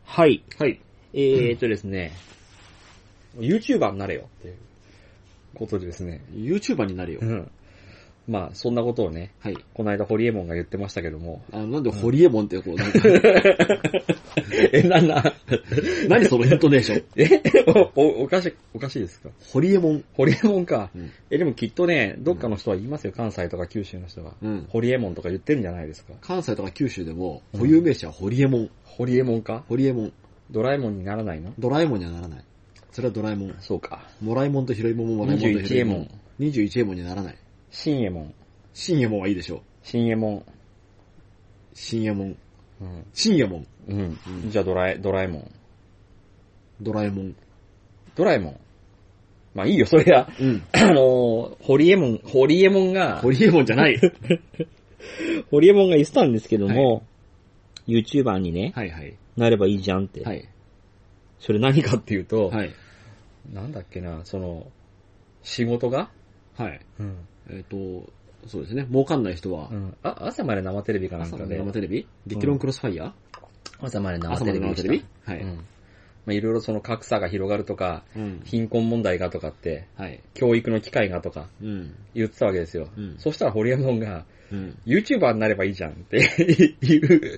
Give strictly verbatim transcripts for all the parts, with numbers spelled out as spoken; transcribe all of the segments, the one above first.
はい。 はい。 えーっとですね、YouTuber になれよっていうことでですね。 YouTuber になれよ。 うん。まあ、そんなことをね、はい。この間、ホリエモンが言ってましたけども。 あの、なんでホリエモンってこう、なんかえ、なんな、 何そのイントネーション。 えお、お、おかしい、おかしいですか？ ホリエモン。 ホリエモンか。うん、え、でもきっとね、どっかの人は言いますよ。関西とか九州の人が。うん。ホリエモンとか言ってるんじゃないですか。 関西とか九州でも、固有名詞はホリエモン。うん、 ホリエモンか？ ホリエモン。 ドラえもんにならないの？ ドラえもんにはならない。それはドラえもん。 そうか。 モラえもんとヒロエモンもモラえもんとヒロエモン。 にじゅういちエモン。 にじゅういちエモンにならない。 新エモン。 新エモンはいいでしょう。 新エモン。 新エモン。うん。新エモン。 うん。うん、じゃあドラえ、ドラえもん。 ドラえもん。 ドラえもん。まあいいよ、それは。うん。あのー、ホリエモン、ホリエモンが。 ホリエモンじゃない。 ホリエモンが言ってたんですけども、はい、YouTuber にね、 はいはい。 なればいいじゃんって。 はい。 それ何かっていうと、 はい。 なんだっけな、その、仕事がはい。うん。えっ、ー、と、そうですね。儲かんない人は。 うん。あ、朝まで生テレビかなんかで。 朝まで生テレビ激論クロスファイヤー、うん、 朝まで生テレビ。 朝まで生テレビはい。 うん。まあいろいろその格差が広がるとか、うん、貧困問題がとかって、はい。教育の機会がとか、うん。言ってたわけですよ。うん。そしたらホリエモンが、うん。YouTuber になればいいじゃんっていう。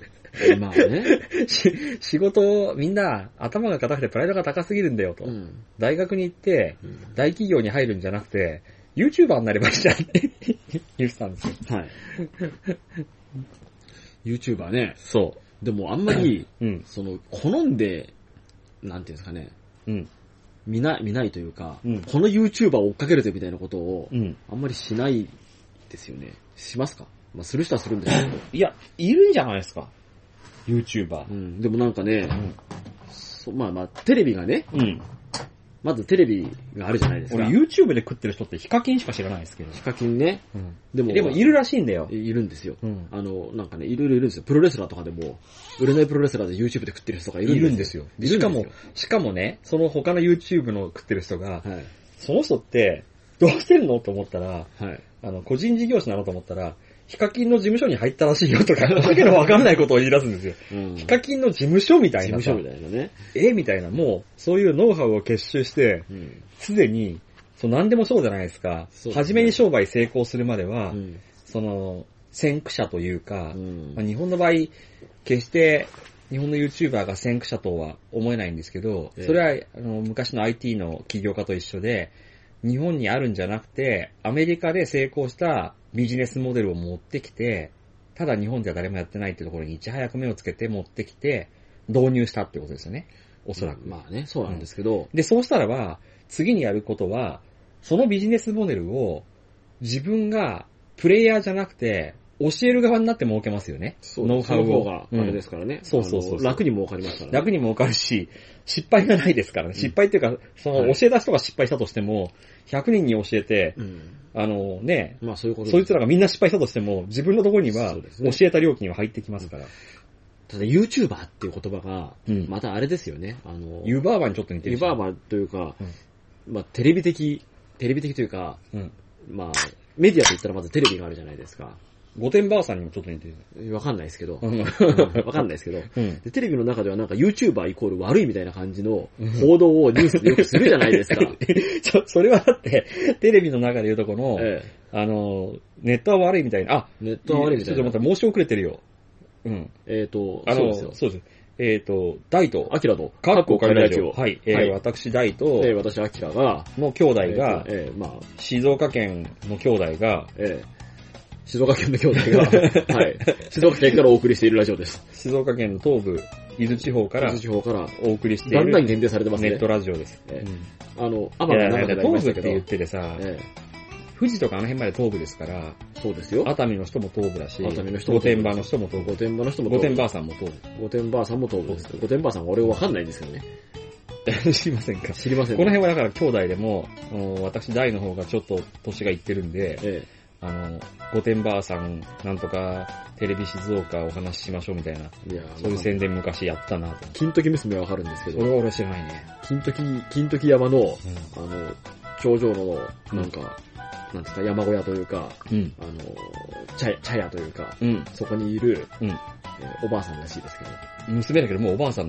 まあね。 仕事をみんな頭が硬くてプライドが高すぎるんだよと。うん、大学に行って、うん、大企業に入るんじゃなくて、YouTuber になればいいじゃんって言ってたんですよ。 はい。YouTuber ね。 そう。 でもあんまり、うん、その、好んで、なんていうんですかね。うん。見ない、見ないというか、うん、この YouTuber を追っかけるぜみたいなことを、うん、あんまりしないですよね。しますか？まあ、する人はするんですけど。 いや、いるんじゃないですか。YouTuber。 うん。でもなんかね、うん、そまあまあ、テレビがね、うん。まずテレビがあるじゃないですか。 俺 YouTube で食ってる人ってヒカキンしか知らないですけど。 ヒカキンね。うん。 でも、でもいるらしいんだよ。 いるんですよ。うん。あの、なんかね、いろいろいるんですよ。プロレスラーとかでも、売れないプロレスラーで YouTube で食ってる人がいるんですよ。いるんですよ。しかも、 しかもね、その他の YouTube の食ってる人が、はい、その人って、どうしてるのと思ったら、はい。あの、個人事業主なのと思ったら、ヒカキンの事務所に入ったらしいよとか、わけのわかんないことを言い出すんですよ。うん、ヒカキンの事務所みたいな。 事務所みたいなね。 えみたいな、もう、そういうノウハウを結集して、す、う、で、ん、に、そう、何でもそうじゃないですか。すね、初めに商売成功するまでは、うん、その、先駆者というか、うんまあ、日本の場合、決して、日本の YouTuber が先駆者とは思えないんですけど、それは、あの昔の アイティー の起業家と一緒で、日本にあるんじゃなくて、アメリカで成功したビジネスモデルを持ってきて、ただ日本では誰もやってないってところにいち早く目をつけて持ってきて、導入したってことですよね。おそらく。 まあね、そうなんですけど、 うん。で、そうしたらば、次にやることは、そのビジネスモデルを自分がプレイヤーじゃなくて、教える側になって儲けますよね。 そうノウハウをがあれですからね。 うん、そうそうそうそう。 楽に儲かりますからね。 楽に儲かるし、失敗がないですからね。失敗っていうか、その教えた人が失敗したとしても、ひゃくにんに教えて、うん、あのね、 まあそういうことそいつらがみんな失敗したとしても、自分のところには教えた料金は入ってきますから。 ただ YouTuber っていう言葉が、またあれですよね。あの、 ユーバーバーにちょっと似てる。 ユーバーバーというか、うん、まあテレビ的、テレビ的というか、うん、まあメディアと言ったらまずテレビがあるじゃないですか。 御殿ばあさんにもちょっと似てる。わかんないですけど。わかんないですけど、うんで。テレビの中ではなんか YouTuber イコール悪いみたいな感じの報道をニュースでよくするじゃないですか。 そ, それはだって、テレビの中で言うとこの、ええ、あの、ネットは悪いみたいな。あ、 ネットは悪いみたいな。 ちょっと待って、申し遅れてるよ。うん。 えっ、ー、と、 あの、そうですよ。そうです。えっ、ー、と、大と、 アキラと、 カッコカリラジオ。はい。えー、はい、私、大と、 えー、私、アキラが、 の兄弟が、 えーえー、まあ、 静岡県の兄弟が、 えー静岡県の兄弟が、はい。静岡県からお送りしているラジオです。 静岡県の東部、伊豆地方から、 伊豆地方からお送りしている。 だんだん限定されてますね。 ネットラジオです。 えー、うん、あの、アマが長くなりましたけど。 東部って言っててさ、えー、富士とかあの辺まで東部ですから、 そうですよ。 熱海の人も東部だし、 熱海の人も東部。御殿場の人も東部。 御殿場の人も東部。 御殿場さんも東部。 御殿場さんも東部です。御殿場さんは俺わかんないんですけどね。 知りませんか？ 知りません、 ね。この辺はだから兄弟でも、私大の方がちょっと年がいってるんで、ええあの、御殿場さん、なんとか、テレビ静岡お話ししましょうみたいな。いやそういう宣伝昔やったなと。 金時娘はわかるんですけど。 それは俺知らないね。 金時、金時山の、うん、あの、頂上の、なんか、うん、なんですか、山小屋というか、うん、あの、茶屋、茶屋というか、うん、そこにいる、うんえー、おばあさんらしいですけど。 娘だけどもうおばあさんなの？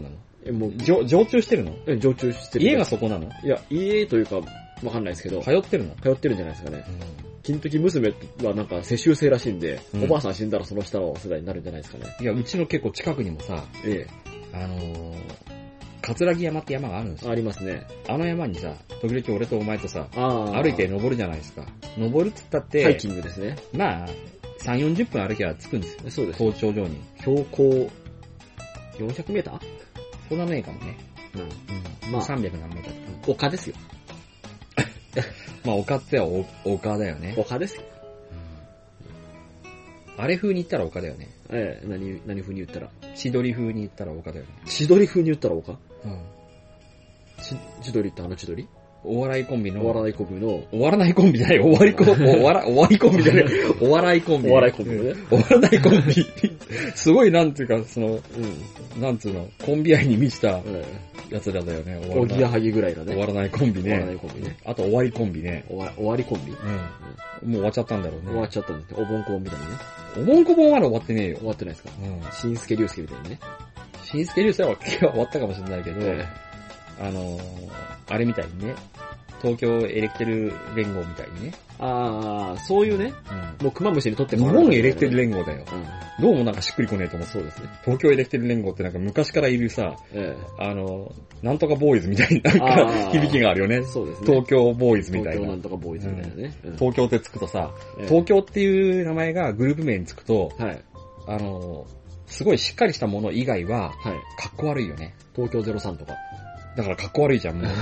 え、もう、常駐してるの？ え、常駐してる。 家がそこなの？ いや、家というか、わかんないですけど。 通ってるの？ 通ってるんじゃないですかね。うん、金時娘はなんか世襲制らしいんで、うん、おばあさん死んだらその下の世代になるんじゃないですかね。 いや、うちの結構近くにもさ、ええ、あのー、葛城山って山があるんですよ。 ありますね。 あの山にさ、時々俺とお前とさ、歩いて登るじゃないですか。登るって言ったって、 ハイキングですね。 まあ、さんじゅう、よんじゅっぷん歩けば着くんですよ。 そうです。 登頂上に。 標高よんひゃくメーター？ そんなねえかもね。うん。うん、まあ、さんびゃく何メーターとか。 丘ですよ。 まあ、丘っては丘だよね。 丘ですよ。 うん、あれ風に言ったら丘だよね。 ええ、何、何風に言ったら千鳥風に言ったら丘だよね。 千鳥風に言ったら丘？うん。ち、千鳥ってあの千鳥？ お笑いコンビの。 お笑いコンビの。 お笑いコンビじゃない。お笑いコンビ。お笑い、お笑いコンビじゃない。お笑いコンビ。 お笑いコンビね。 お笑いコンビ。すごいなんていうか、その、うん、なんつうの、コンビ愛に満ちたやつらだよね。 おぎやはぎぐらいだね。 終わらないコンビね。 終わらないコンビね。 あと終わりコンビね。 終わ終わりコンビ？うん。 もう終わっちゃったんだろうね。 終わっちゃったんですね。おぼんこぼんみたいにね。 おぼんこぼんはまだ終わってねえよ。 終わってないですか？うん。しんすけりゅうすけみたいにね。 しんすけりゅうすけは終わったかもしれないけど、えー、あのー、あれみたいにね。東京エレキテル連合みたいにね。 ああ、そういうね。うん、もうクマムシにとってもらう、ね。日本エレキテル連合だよ。うん、どうもなんかしっくりこねえと思う。 そうですね。 東京エレキテル連合ってなんか昔からいるさ、ええ、あの、なんとかボーイズみたいななんか響きがあるよね。 そうですね。 東京ボーイズみたいな。 東京なんとかボーイズみたいなね。 うん、東京ってつくとさ、ええ、東京っていう名前がグループ名につくと、はい、あの、すごいしっかりしたもの以外は、はい、かっこ悪いよね。 東京ゼロさんとか。 だからかっこ悪いじゃん、もう。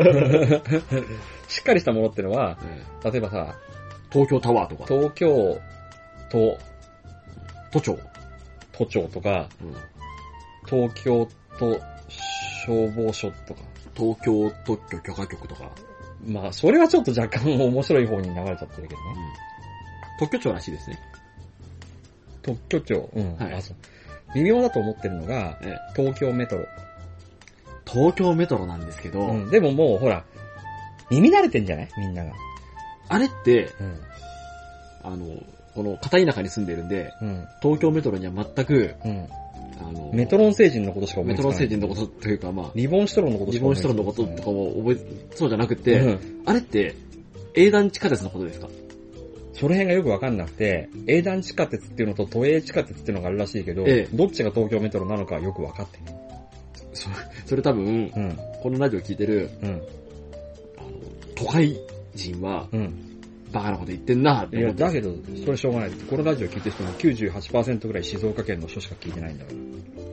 しっかりしたものってのは、うん、例えばさ、 東京タワーとか。 東京都、 都庁。 都庁とか、うん、東京都消防署とか。 東京特許許可局とか。 まあ、それはちょっと若干面白い方に流れちゃってるけどね。 うん、特許庁らしいですね。 特許庁。うん。はい、あ、そう。微妙だと思ってるのが、ええ、東京メトロ。 東京メトロなんですけど、うん、でももうほら、耳慣れてんじゃないみんなが。 あれって、うん、あの、この片田舎に住んでるんで、うん、東京メトロには全く、うん、 あの、メトロン星人のことしか覚えてない。 メトロン星人のことというかまあ、 リボンシトロンのことしか覚えてない。 リボンシトロンのこととかも覚え、そうじゃなくて、うん、あれって、営団地下鉄のことですか？ その辺がよくわかんなくて、営団地下鉄っていうのと都営地下鉄っていうのがあるらしいけど、ええ、どっちが東京メトロなのかはよくわかってない。 そ, それ多分、うん、このラジオ聞いてる、うん、あの都会人は、うん、バカなこと言ってんなって思って。 いや、だけど、それしょうがない。このラジオ聞いてる人も きゅうじゅうはちパーセント ぐらい静岡県の人しか聞いてないんだから。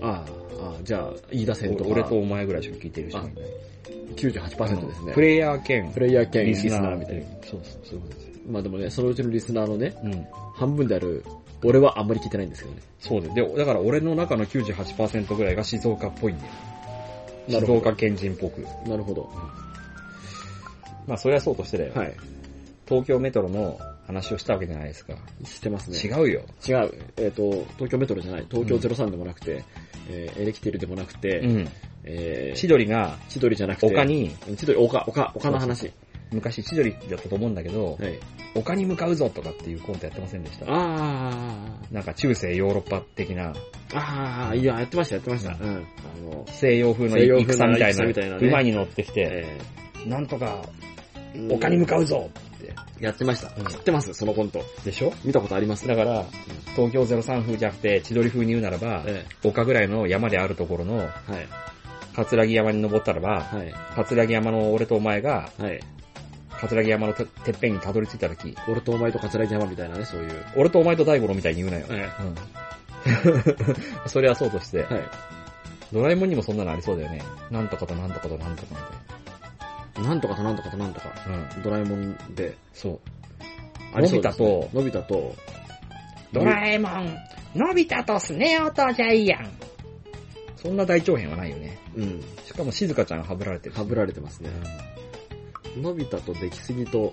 ああ、ああじゃあ、飯田線とか。 俺とお前ぐらいしか聞いてる人がいない。 きゅうじゅうはちパーセント ですね。 プレイヤー兼、 プレイヤー兼リスナーみたいな。 そうそう、そういうことです。 まあでもね、そのうちのリスナーのね、うん、半分である、俺はあんまり聞いてないんですけどね。 そうで。で、だから俺の中の きゅうじゅうはちパーセント ぐらいが静岡っぽいんだよ。静岡県人っぽく。 なるほど。 まあそれはそうとしてだよ。はい。東京メトロの話をしたわけじゃないですか。 知ってますね。 違うよ。 違う。えっ、ー、と、東京メトロじゃない。東京ゼロさんでもなくて、うん、えー、エレキテルでもなくて、うん、えー、 千鳥が、 千鳥じゃなくて、 丘に、 千鳥、丘、丘、丘の話。 昔千鳥だったと思うんだけど、はい、丘に向かうぞとかっていうコントやってませんでした？ ああ。 なんか中世ヨーロッパ的な。 ああ、いや、やってました、やってました。うん。あの、西洋風の戦みたいな、みたいなね、馬に乗ってきて、えー、なんとか、丘に向かうぞって。 やってました。うん、知ってます、そのコント。 でしょ？ 見たことあります。 だから、うん、東京ゼロさん風じゃなくて、千鳥風に言うならば、ええ、丘ぐらいの山であるところの、はい、葛城山に登ったらば、はい、葛城山の俺とお前が、はい、葛城山のてっぺんにたどり着いたとき、 俺とお前と葛城山みたいなね、そういう。 俺とお前と大五郎みたいに言うなよ。ええうん、それはそうとして、はい、ドラえもんにもそんなのありそうだよね。なんとかとなんとかとなんとかみたいな。なんとかとなんとかとなんとか。うん、ドラえもんで。 そう。ありそうですね。 のび太と、のび太と、 ドラえもん、のび太とスネ夫とジャイアン。そんな大長編はないよね。うん。しかも静香ちゃんはぶられてる。 はぶられてますね。うん、のび太と出来すぎと、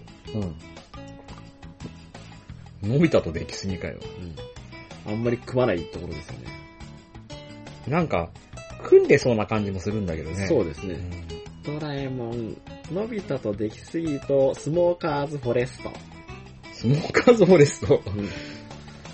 うん。のび太と出来すぎかよ。 うん。あんまり組まないところですよね。 なんか、組んでそうな感じもするんだけどね。 そうですね。うん、ドラえもん、のび太と出来すぎと、スモーカーズフォレスト。 スモーカーズフォレスト、うん、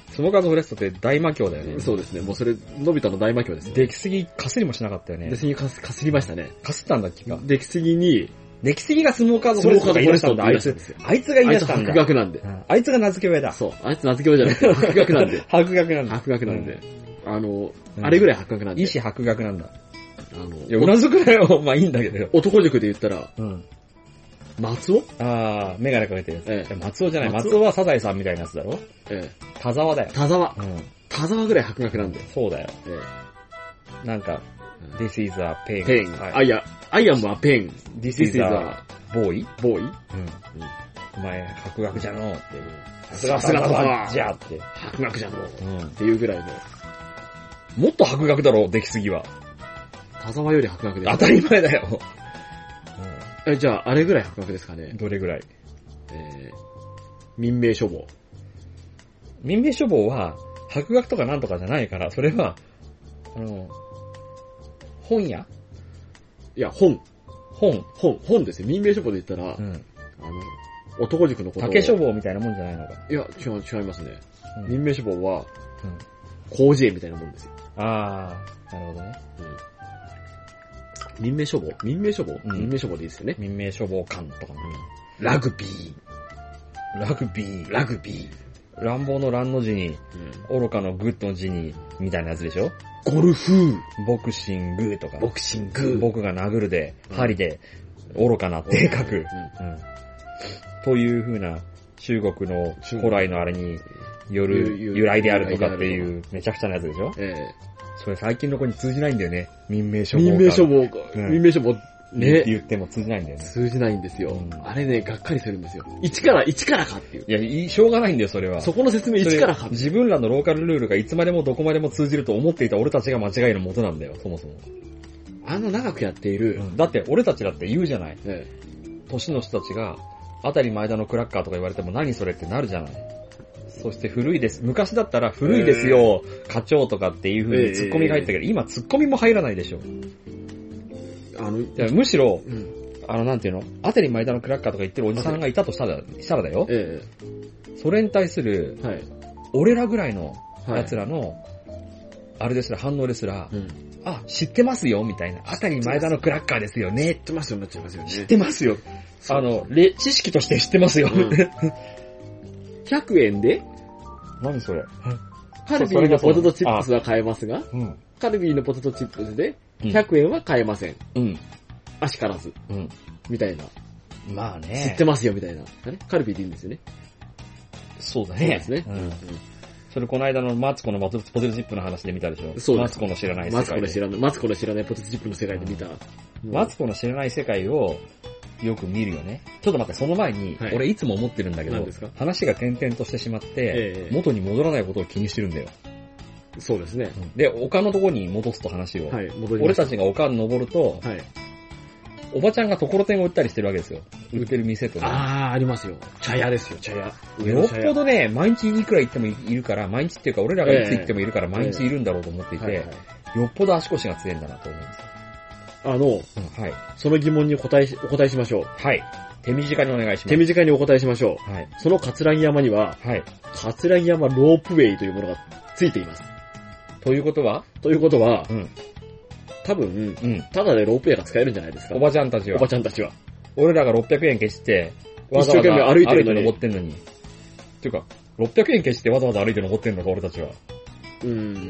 スモーカーズフォレストって大魔境だよね。 そうですね。もうそれ、のび太の大魔境ですね。 出来すぎ、かすりもしなかったよね。 出来すぎかす、かすりましたね。 かすったんだっけか。 出来すぎに、 出来すぎがスモーカーズフォレストが言い出したんだ、あいつ。あいつが言い出したんだ。 あいつ博学なんで。 あいつが名付け親だ。 そう。あいつ名付け親じゃなくて、博学なんで。 博学なんだ。 博学なんで。あの、あれぐらい博学なんで。 医師博学なんだ。 あの、 いや、うなずくなよ。まあいいんだけど。 男塾で言ったら、うん。松尾あー、メガネかけてるやつ。ええ、松尾じゃない。松尾はサザエさんみたいなやつだろ。ええ。田沢だよ。 田沢。うん。田沢ぐらい博学なんで。 そうだよ。ええ。なんか、This is a pen. pen. あ、いや、I am a pen. This is a boy? boy? うん。 お前、博学じゃのうって。 さすが田沢じゃって。 博学じゃのう。うん。っていうぐらいの。 もっと博学だろ、出来すぎは。 田沢より博学で。 当たり前だよ。 え、じゃあ、あれぐらい博学ですかね。 どれぐらい？ えー、民命処方。 民命処方は、博学とかなんとかじゃないから、それは、あの、本屋？ いや、本。 本。 本、本ですよ。民命処方で言ったら、うん、あの、男塾のことを。 竹処方みたいなもんじゃないのか。 いや、違う、違いますね。うん、民命処方は、うん、広辞苑みたいなもんですよ。 あー、なるほどね。うん民命処方民命処方、うん、民命処方でいいですよね。 民命処方官とかね。ラグビー。ラグビー。ラグビー。乱暴の乱の字に、うん、愚かのグッの字に、みたいなやつでしょ？ ゴルフボクシングとか。 ボクシング僕が殴るで、うん、針で、愚かなって書く、うんうん。という風な中国の古来のあれによる由来であるとかっていうめちゃくちゃなやつでしょ？ええそれ最近の子に通じないんだよね。民命処方。 民命処方か。うん、民命処方ね。って言っても通じないんだよね。 通じないんですよ。うん、あれね、がっかりするんですよ。一から、一からかっていう。 いや、しょうがないんだよ、それは。 そこの説明一からか。 自分らのローカルルールがいつまでもどこまでも通じると思っていた俺たちが間違いのもとなんだよ、そもそも。 あの長くやっている。 うん、だって俺たちだって言うじゃない。ええ、年の人たちが、あたり前田のクラッカーとか言われても何それってなるじゃない。そして古いです。昔だったら古いですよ、えー、課長とかっていう風にツッコミが入ったけど、えー、今ツッコミも入らないでしょ。あの、むしろ、うん、あのなんていうの、あたり前田のクラッカーとか言ってるおじさんがいたとしたら、したらだよ、えー。それに対する、はい、俺らぐらいの奴らの、はい、あれですら、反応ですら、うん、あ、知ってますよみたいな。あたり前田のクラッカーですよね。 知ってますよ、なっちゃいますよね。 知ってますよ。あの、知識として知ってますよ。うんひゃくえんで何それカルビーのポテトチップスは買えますが、うん、カルビーのポテトチップスでひゃくえんは買えません。うん。あしからず。うん。みたいな。 まあね。 知ってますよみたいな。あれカルビーでいいんですよね。 そうだね。 そうですね。うん。うん、 それこの間のマツコのポテトチップの話で見たでしょ。 そうです。 マツコの知らない世界。 マツコの知らない、マツコの知らないポテトチップの世界で見た。 うん、マツコの知らない世界を、よく見るよね。ちょっと待って、その前に、はい、俺いつも思ってるんだけど、話が点々としてしまって、ええ、元に戻らないことを気にしてるんだよ。 そうですね。 で、丘のとこに戻すと話を。はい、戻り俺たちが丘に登ると、はい、おばちゃんがところてんを売ったりしてるわけですよ。売ってる店とか、 ね。あー、ありますよ。茶屋ですよ、茶屋。 よっぽどね、毎日いくら行ってもいるから、毎日っていうか俺らがいつ行ってもいるから毎日いるんだろうと思っていて、よっぽど足腰が強いんだなと思うんですよ。 あの、うん、はい。その疑問にお答えし、お答えしましょう。 はい。手短にお願いします。 手短にお答えしましょう。はい。その葛城山には、はい。葛城山ロープウェイというものがついています。 ということはということは、うん。多分、うん。ただでロープウェイが使えるんじゃないですか。 おばちゃんたちは。 おばちゃんたちは。 俺らがろっぴゃくえん消して、わざわざ歩いて登ってんのに。っていうか、ろっぴゃくえん消してわざわざ歩いて登ってんのか、俺たちは。うん。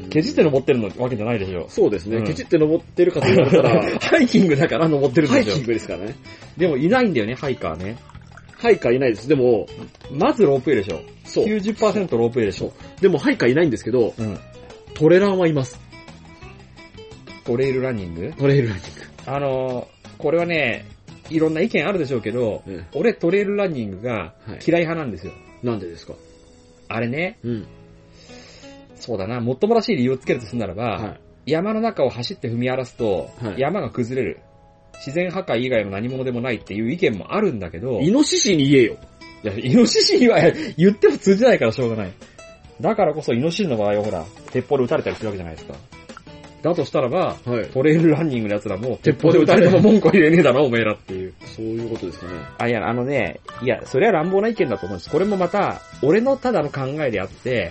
ケチって登ってるのわけじゃないでしょ。 そうですね。うん、ケチって登ってるかと言われたら、 ハイキングだから登ってるんですよ。 ハイキングですからね。 でもいないんだよね、ハイカーね。 ハイカーいないです。でも、 まずロープウェイでしょ。そう。きゅうじゅっパーセント ロープウェイでしょ。 でもハイカーいないんですけど、うん、トレランはいます。 トレイルランニングトレイルランニング。 あのー、これはね、いろんな意見あるでしょうけど、うん、俺トレイルランニングが嫌い派なんですよ。はい、 なんでですか？ あれね、うん。そうだな、もっともらしい理由をつけるとするならば、はい、山の中を走って踏み荒らすと、はい、山が崩れる。自然破壊以外の何者でもないっていう意見もあるんだけど、 イノシシに言えよ。 いや、イノシシには言っても通じないからしょうがない。だからこそイノシシの場合はほら、鉄砲で撃たれたりするわけじゃないですか。だとしたらば、はい、トレイルランニングの奴らも、鉄砲で撃たれても文句は言えねえだろ、おめえらっていう。 そういうことですかね。 あ、いや、あのね、いや、それは乱暴な意見だと思うんです。これもまた、俺のただの考えであって、はい、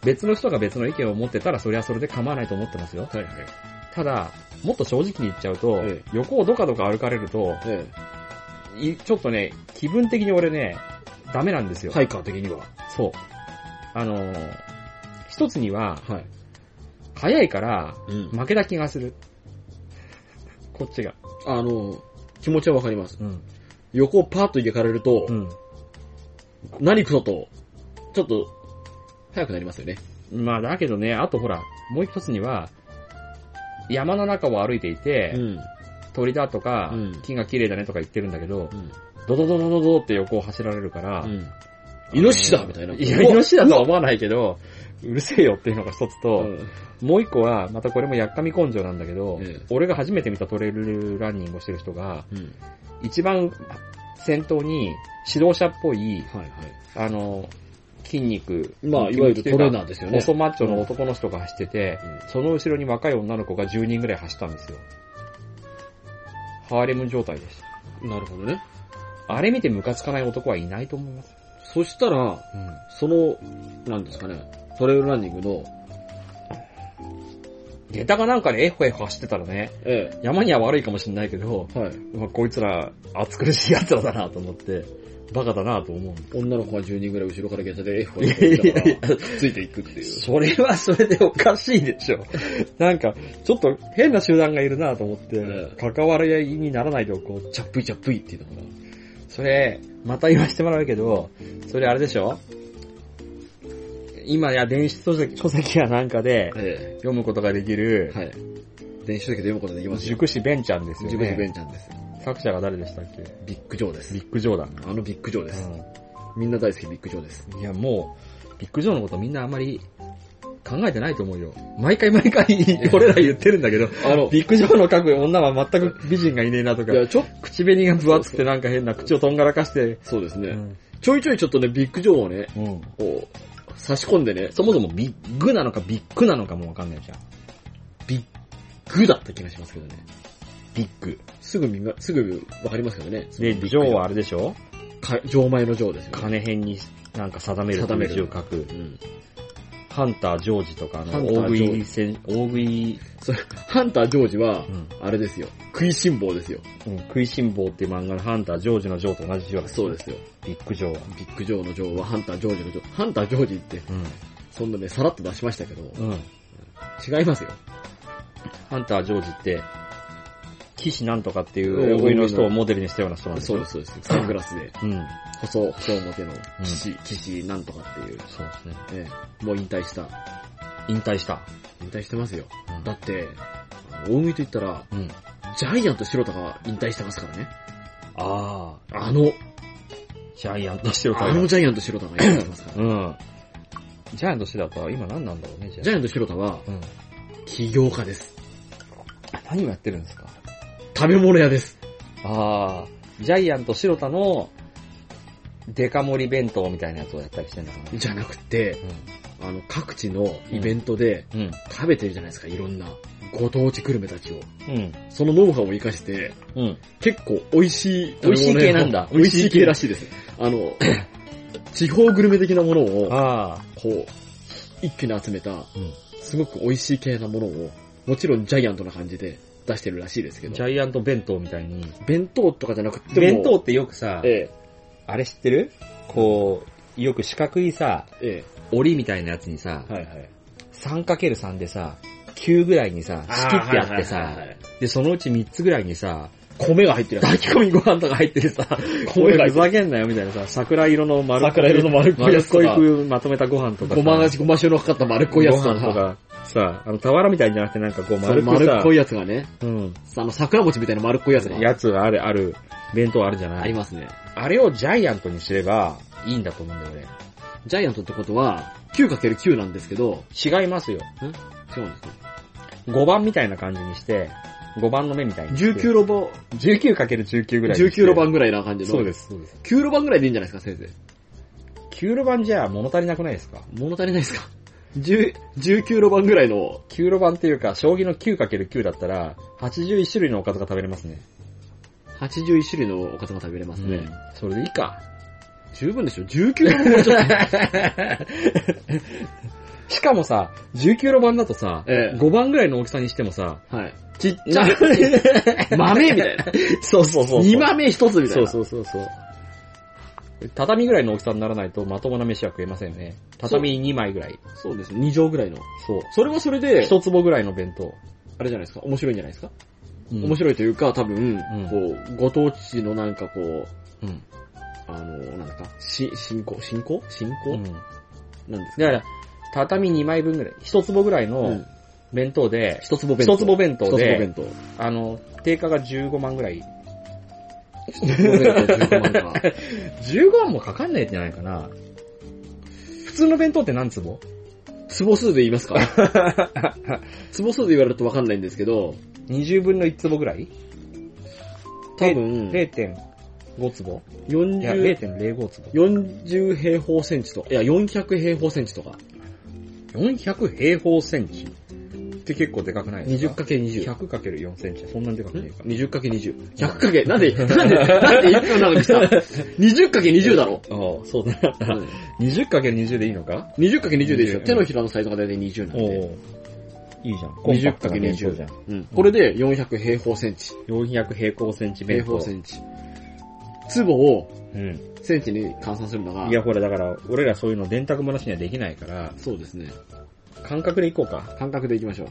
別の人が別の意見を持ってたらそれはそれで構わないと思ってますよ。はいはい。ただ、もっと正直に言っちゃうと、ええ、横をどかどか歩かれると、ええ、ちょっとね、気分的に俺ね、ダメなんですよ。 ハイカー的には。 そう。あのー、一つには、はい、早いから、負けた気がする。うん、こっちが。 あのー、気持ちはわかります。うん、横をパーッと行かれると、うん、何くそと、ちょっと、早くなりますよね。 まあだけどね、あとほら、もう一つには、山の中を歩いていて、うん、鳥だとか、うん、木が綺麗だねとか言ってるんだけど、うん、ドドドドドドって横を走られるから、うん、 イノシシだみたいな。 いや、イノシシだとは思わないけど、うるせえよっていうのが一つと、うん、もう一個は、またこれもやっかみ根性なんだけど、うん、俺が初めて見たトレイルランニングをしてる人が、うん、一番先頭に指導者っぽい、はいはい、あの、筋肉。 まあ、いわゆるトレーナーですよね。 細マッチョの男の人が走ってて、うん、その後ろに若い女の子がじゅうにんぐらい走ったんですよ。ハーレム状態でした。なるほどね。 あれ見てムカつかない男はいないと思います。 そしたら、うん、その、なんですかね、トレイルランニングの、 下駄がなんかね、エホエホ走ってたらね、ええ、山には悪いかもしれないけど、はい、まあ、こいつら、暑苦しい奴らだなと思って、バカだなと思う。 女の子がじゅうにんぐらい後ろから下駄でエホエホしてたからついていくっていう。 それはそれでおかしいでしょ。なんか、ちょっと変な集団がいるなと思って、ええ、関わり合いにならないでおこう、 チャップイチャップイっていうのかな。 それ、また言わせてもらうけど、それあれでしょ？今や電子書籍、書籍やなんかで読むことができる、はい、 電子書籍で読むことができますよ。 塾師ベンちゃんですよね。 塾師ベンちゃんです。 作者が誰でしたっけ？ ビッグジョーです。 ビッグジョーだ。 あのビッグジョーです。うん、みんな大好きビッグジョーです。 いやもう、ビッグジョーのことみんなあんまり考えてないと思うよ。毎回毎回俺ら言ってるんだけど、あの、ビッグジョーの描く女は全く美人がいねえなとか、いやちょ口紅が分厚くてなんか変な口をとんがらかして。 そうですね。うん、ちょいちょいちょっとね、ビッグジョーをね、うん、こう差し込んでね、 そもそもビッグなのかビッグなのかもわかんないじゃん。 ビッグだった気がしますけどね。 ビッグ。 すぐ見ま、すぐわかりますけどね。 で、ジョーはあれでしょ？ か、錠前のジョーですよ、ね。 金辺になんか定める数字を書く。うん、ハンタージョージとかの大食い戦、大食い。 それ、ハンタージョージは、うん、あれですよ。食いしん坊ですよ。 うん、食いしん坊っていう漫画のハンタージョージのジョーと同じ字は。 そうですよ。 ビッグジョーは。 ビッグジョーのジョーはハンタージョージのジョー。ハンタージョージって、うん、そんなね、さらっと出しましたけど、うん、違いますよ。 ハンタージョージって、騎士なんとかっていう大食いの人をモデルにしたような人なんですよ。 そうです、そうです。サングラスで。うん。細、細表の騎士、うん、騎士なんとかっていう。 そうですね。 ええ。もう引退した。 引退した。 引退してますよ。うん、だって、大食いと言ったら、うん、ジャイアント白田が引退してますからね。 ああ。あの、 ジャイアント白田が。あのジャイアント白田が引退してますから。 うん。ジャイアント白田は今何なんだろうね、 ジャイアント白田は、うん、起業家です。 何をやってるんですか？ 食べ物屋です。 ああ、ジャイアント白田のデカ盛り弁当みたいなやつをやったりしてんだかな。 じゃなくて、うん、あの各地のイベントで食べてるじゃないですか、いろんなご当地グルメたちを。うん、そのノウハウを生かして、うん、結構美味しい、 美味しい系なんだ。 美味しい系らしいです。あの、地方グルメ的なものを、あこう、一気に集めた、うん、すごく美味しい系なものを、もちろんジャイアントな感じで、出してるらしいですけど。 ジャイアント弁当みたいに。 弁当とかじゃなくても。 弁当ってよくさ、ええ、あれ知ってる？こう、よく四角いさ、ええ、折りみたいなやつにさ、はいはい、さんかけるさん でさ、きゅうぐらいにさ、仕切ってあってさ、はいはいはいはい、で、そのうちみっつぐらいにさ、 米が入ってるやつ。 炊き込みご飯とか入ってるさ、米がふざけんなよみたいなさ、桜色の丸っこい、 桜色の丸っこいやつとか。 丸っこいまとめたご飯とか。 ごまがし、ごま塩のかかった丸っこいやつとか。さ、あの、俵みたいじゃなくてなんかこう丸っこい。丸っこいやつがね。うん。あの、桜餅みたいな丸っこいやつが。 やつがある、ある、弁当あるじゃない？ ありますね。 あれをジャイアントにすればいいんだと思うんだよね。 ジャイアントってことは、きゅうかけるきゅう なんですけど。 違いますよ。ん？ 違うんですね。 ごばんみたいな感じにして、ごばんの目みたいにして。じゅうきゅうロバ、 じゅうきゅうかけるじゅうきゅう ぐらい。 じゅうきゅうロバンぐらいな感じの。 そうです、そうです。 きゅうロバンぐらいでいいんじゃないですか、先生。 きゅうロバンじゃ物足りなくないですか？ 物足りないですか？じゅう、じゅうきゅうロバンぐらいの。 きゅうロバンっていうか、将棋の きゅうかけるきゅう だったら、はちじゅういち種類のおかずが食べれますね。 はちじゅういち種類のおかずが食べれますね。うん、 それでいいか。 十分でしょ？ じゅうきゅうロバンもちょっと。 しかもさ、じゅうきゅうろばんだとさ、ええ、ごばんぐらいの大きさにしてもさ、 はい。ちっちゃい。豆みたいな。 そうそうそう。 に豆一つみたいな。 そうそうそうそう。畳ぐらいの大きさにならないとまともな飯は食えませんね。畳にまいぐらい。 そうですね。に畳ぐらいの。 そう。 それはそれで、 一坪ぐらいの弁当。 あれじゃないですか。面白いんじゃないですか。うん、面白いというか、多分、うん、こう、ご当地のなんかこう、うん、あの、なんだか、し、信仰信仰信仰、うん、なんですか。 だから、畳にまいぶんぐらい、一坪ぐらいの弁当で、 一、うん、坪弁当。 一坪弁当で、 一坪弁当。あの、定価がじゅうごまんぐらい。 一坪弁当じゅうごまんか。 じゅうごまんもかかんないんじゃないかな。普通の弁当って何坪？ 坪数で言いますか？坪数で言われるとわかんないんですけど、 にじゅうぶんのいち坪ぐらい？ 多分、 れいてんご坪？ よんじゅう、 れいてんぜろご坪。 よんじゅう平方センチとか、いや、よんひゃく平方センチとか。 よんひゃく平方センチって結構でかくないですか？ にじゅうかけるにじゅう。 ひゃくかけるよんセンチ。そんなにでかくないか。 にじゅうかけるにじゅう。ひゃくかけ、なんで、なんで、なんでいっぷんなのにさ、にじゅうかけるにじゅうだろ。 ああ、そうだな。にじゅうかけるにじゅうでいいのか？ にじゅうかけるにじゅうでいいでしょ。手のひらのサイズがだいたいにじゅうなんで。 いいじゃん。 にじゅうかけるにじゅうじゃん。うん。これでよんひゃく平方センチ。 よんひゃく平方センチ弁当。 平方センチ。坪を、うん。センチに換算するのが。 いや、ほら、だから、俺らそういうの電卓もなしにはできないから。 そうですね。 感覚でいこうか。 感覚でいきましょう。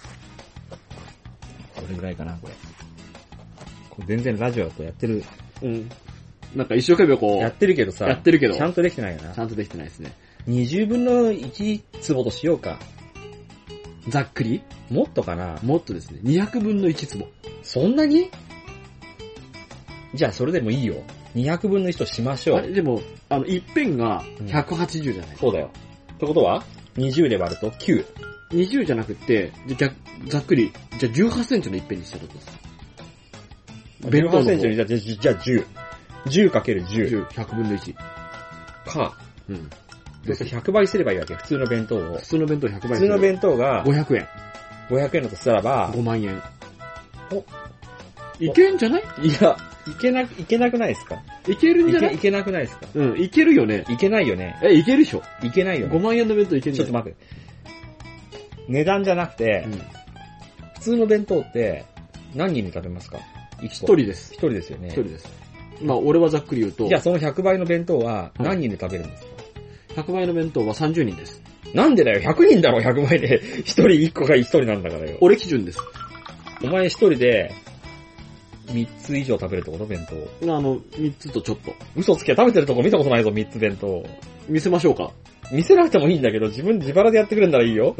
これぐらいかな、これ。これ全然ラジオだとやってる。 うん。なんか一生懸命こう。 やってるけどさ。 やってるけど。 ちゃんとできてないよな。 ちゃんとできてないですね。 にじゅうぶんのいち坪としようか。 ざっくり？ もっとかな？ もっとですね。にひゃくぶんのいち坪。 そんなに？じゃあそれでもいいよ。にひゃくぶんのいちとしましょう。あれでも、あの、一辺がひゃくはちじゅうじゃない、うん、 そうだよ。ってことはにじゅうで割るときゅう。 にじゅうじゃなくて、じゃ逆、ざっくり、じゃあじゅうはちセンチの一辺にしたことです。 じゅうはちセンチのじゃあ、じゃあじゅう。じゅうかけるじゅう。 じゅう、ひゃくぶんのいち。 か。うん。で、ひゃくばいすればいいわけ。普通の弁当を。 普通の弁当ひゃくばいする。普通の弁当が、 ごひゃくえん。 ごひゃくえんだとしたらば、 ごまんえん。お、いけんじゃない？ いや、いけな、いけなくないですか？ いけるんじゃない？ いけ、いけなくないですか？ うん、いけるよね。 いけないよね。 え、いけるでしょ？ いけないよね。 ごまんえんの弁当いけるんじゃない？ ちょっと待って。値段じゃなくて、うん、普通の弁当って何人に食べますか？ 一人です。 一人ですよね。 一人です。まあ、俺はざっくり言うと。 じゃあそのひゃくばいの弁当は何人で食べるんですか？ ひゃくばいの弁当はさんじゅうにんです。 なんでだよ、ひゃくにんだろ、ひゃくばいで。一人いっこが一人なんだからよ。 俺基準です。 お前一人で、みっつ以上食べるってこと弁当。 あの、みっつとちょっと。 嘘つけ、食べてるとこ見たことないぞ、みっつ弁当。 見せましょうか。 見せなくてもいいんだけど、自分自腹でやってくれんならいいよ。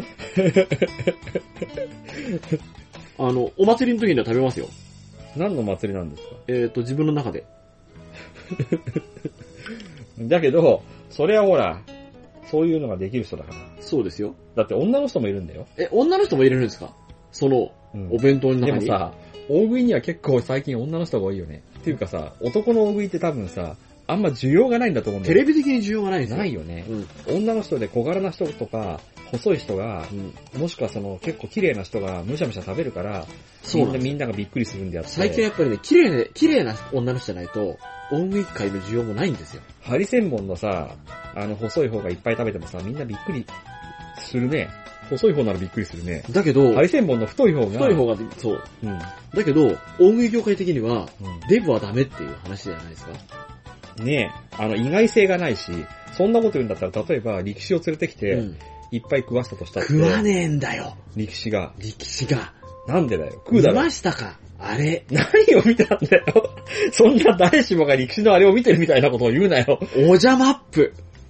あの、お祭りの時には食べますよ。 何の祭りなんですか？ えーと、自分の中で。 だけど、それはほら、そういうのができる人だから。 そうですよ。 だって女の人もいるんだよ。 え、女の人も入れるんですか？その、うん、お弁当の中に。 でもさ、大食いには結構最近女の人が多いよね。っていうかさ、男の大食いって多分さ、あんま需要がないんだと思うんだよ。 テレビ的に需要がないんですよ。 ないよね。うん、女の人で小柄な人とか、細い人が、うん、もしくはその結構綺麗な人がむしゃむしゃ食べるから、そうなんみんなみんながびっくりするんであって。 最近やっぱりね、綺麗な、綺麗な女の人じゃないと、大食い界の需要もないんですよ。 ハリセンボンのさ、あの細い方がいっぱい食べてもさ、みんなびっくりするね。細い方ならびっくりするね。 だけど、 ハリセンボンの太い方が。 太い方が、そう。うん。だけど、大食い業界的には、うん、デブはダメっていう話じゃないですか。 ねえ、あの、意外性がないし、そんなこと言うんだったら、例えば力士を連れてきて、うん、いっぱい食わせたとしたって。 食わねえんだよ。 力士が。 力士が。 なんでだよ。食うだろ。 見ましたか？あれ。 何を見たんだよ。そんな誰しもが力士のあれを見てるみたいなことを言うなよ。 おじゃマップ。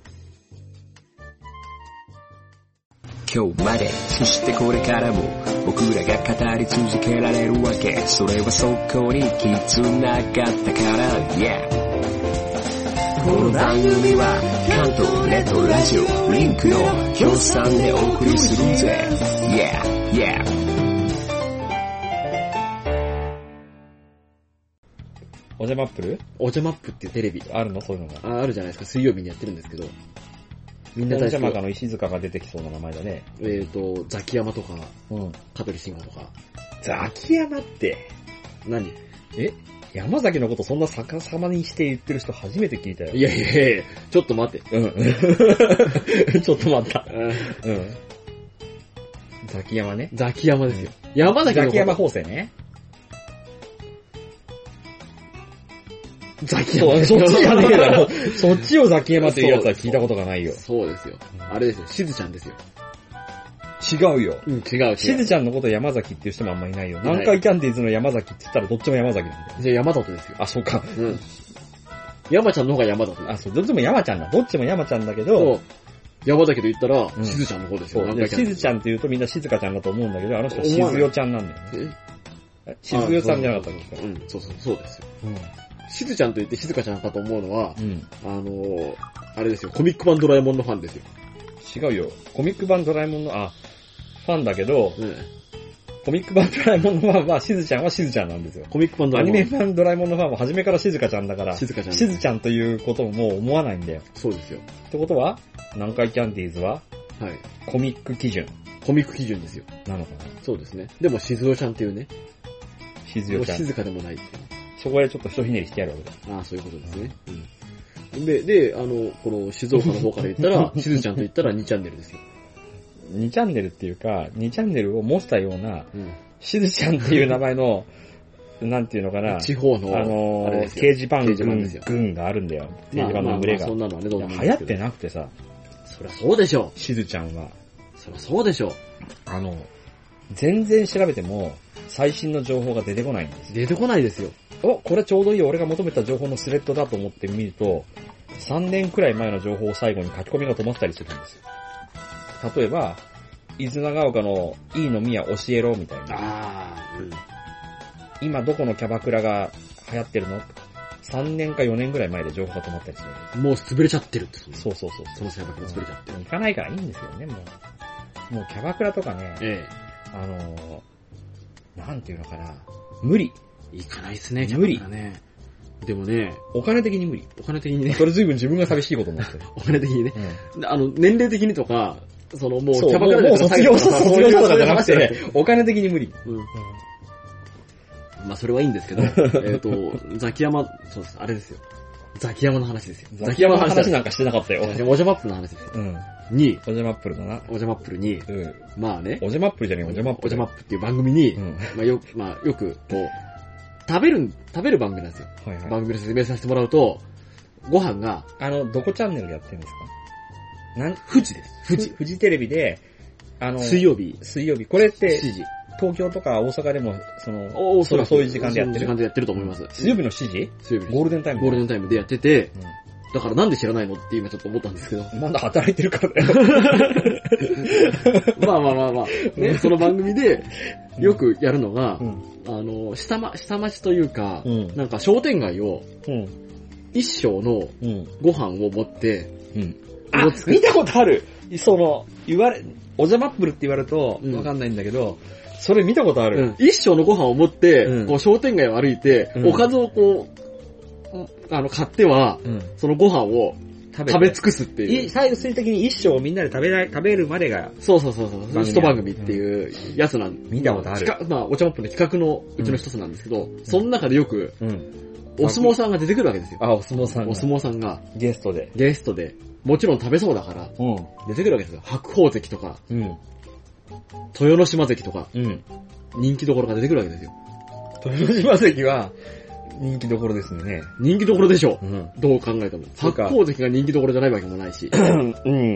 今日まで、そしてこれからも僕らが語り続けられるわけ。それはそこに絆があったから、yeah。この番組は関東ネットラジオリンクの協賛でお送りするぜ。yeah yeah。 おじゃマップル？ おじゃマップっていうテレビあるの？そういうのが。 あ、あるじゃないですか。水曜日にやってるんですけど。みんな大好き。 おじゃまかの石塚が出てきそうな名前だね。 えーと、ザキヤマとか、うん。香取慎吾とか。 ザキヤマって。 何？ え？ 山崎のことそんな逆さまにして言ってる人初めて聞いたよ。 いやいやいや、ちょっと待って。うん。 ちょっと待った。うん。ザキヤマね。 ザキヤマですよ。うん、山崎のこと。 ザキヤマ法政ね。 ザキヤマ。 そっちじゃねえだろ。そっちをザキヤマっていうやつは聞いたことがないよ。 そうですよ。あれですよ。しずちゃんですよ。 違うよ。 うん、違う違う。 しずちゃんのこと山崎っていう人もあんまいないよ。南海キャンディーズの山崎って言ったらどっちも山崎なんだよ。 じゃあ山里ですよ。 あ、そうか。うん。 山ちゃんの方が山里。 あ、そう、どっちも山ちゃんだ。どっちも山ちゃんだけど、そう。 山崎と言ったら、しずちゃんの方ですよ。 そう。しずちゃんって言うとみんなしずかちゃんだと思うんだけど、あの人はしずよちゃんなんだよね。えしずよさんじゃなかったっけ？ うん、そうそう、そうですよ。うん。しずちゃんと言ってしずかちゃんかと思うのは、うん、あのー、あれですよ、コミック版ドラえもんのファンですよ。 違うよ。コミック版ドラえもんの、あ、ファンだけど、うん、コミック版ドラえもんのファンは、しずちゃんはしずちゃんなんですよ。 コミック版ドラえもん。 アニメ版ドラえもんのファンは初めからしずかちゃんだから、しずかちゃん。しずちゃんということをもう思わないんだよ。 そうですよ。 ってことは、南海キャンディーズは、 はい。 コミック基準。 コミック基準ですよ。 なのかな。 そうですね。でも、しずよちゃんっていうね。 しずよちゃん。 しずかでもないっていう。 そこでちょっとひとひねりしてやるわけだ。ああ、そういうことですね。うん。で、で、あの、この静岡の方から言ったら、しずちゃんと言ったらにチャンネルですよ。 にチャンネルっていうか、にチャンネルを模したような、うん、しずちゃんっていう名前の、なんていうのかな、 地方の、 あのー、掲示板群があるんだよ。掲示板の群れが。 そんなのはね、どうも。 流行ってなくてさ。 そりゃそうでしょ。 しずちゃんは。 そりゃそうでしょ。 あの、全然調べても、最新の情報が出てこないんですよ。 出てこないですよ。 お、これちょうどいい俺が求めた情報のスレッドだと思ってみると、さんねんくらい前の情報を最後に書き込みが止まったりするんですよ。例えば、伊豆長岡のいい飲み屋教えろみたいな。あうん、今どこのキャバクラが流行ってるの ?さん 年かよねんくらい前で情報が止まったりするんです。 もう潰れちゃってるって。 そうそうそう。 そのキャバクラ潰れちゃってる。 行かないからいいんですよね、もう。もうキャバクラとかね、ええ、あのー、なんていうのかな。無理。 行かないっすね、キャバクラね。でもね、 お金的に無理。 お金的にね。 それ随分自分が寂しいことになってる。 お金的にね。うん、あの、年齢的にとか、そのもうキャバクラでもう卒業した卒業したとかじゃなくて、お金的に無理。うん。 まあそれはいいんですけど、えっと、ザキヤマ、そうです、あれですよ。ザキヤマの話ですよ。 ザキヤマの話なんかしてなかったよ。 おじゃまっぷの話ですよ。うん。に、 おじゃまっぷるだな。 おじゃまっぷるに、うん。まあね。 おじゃまっぷるじゃねえ、おじゃまっぷる。 おじゃまっぷっていう番組に、うん、まあよ、まあよく、こう、食べる、食べる番組なんですよ。はいはい。番組で説明させてもらうと、ご飯が、 あの、どこチャンネルでやってるんですか？ なん、富士です。 富士。富士テレビで、あの、 水曜日。 水曜日。これって、しちじ。東京とか大阪でも、その、おそうそういう時間でやってる。 そういう時間でやってると思います。 水曜日のしちじ？ 水曜日。 ゴールデンタイム。 ゴールデンタイムでやってて、うん、だからなんで知らないのって今ちょっと思ったんですけど。 まだ働いてるからだよ。 まあまあまあまあ。ね、その番組で、よくやるのが、うん、あの、下ま、下町というか、うん、なんか商店街を、うん、一升のご飯を持って、うん、 あ、見たことある。その、言われ、おじゃまっぷるって言われると、わかんないんだけど、うん、それ見たことある。うん、 一升のご飯を持って、うん、こう商店街を歩いて、うん、おかずをこう、あの、買っては、うん、そのご飯を食べ尽くすっていう。 最終的に一升をみんなで食べない、食べるまでが。 そうそうそうそう。一番組っていうやつなん、 見たことある。 まあ、お茶まっぷの企画のうちの一つなんですけど、うん、その中でよく、うん、お相撲さんが出てくるわけですよ。 あ、お相撲さんが。 お相撲さんが。 ゲストで。 ゲストで。もちろん食べそうだから、うん、出てくるわけですよ。白鵬関とか、うん、豊ノ島関とか、うん、人気どころが出てくるわけですよ。 豊ノ島関は、人気どころですね。 人気どころでしょう。うん、どう考えても。白鵬関が人気どころじゃないわけもないし。うん。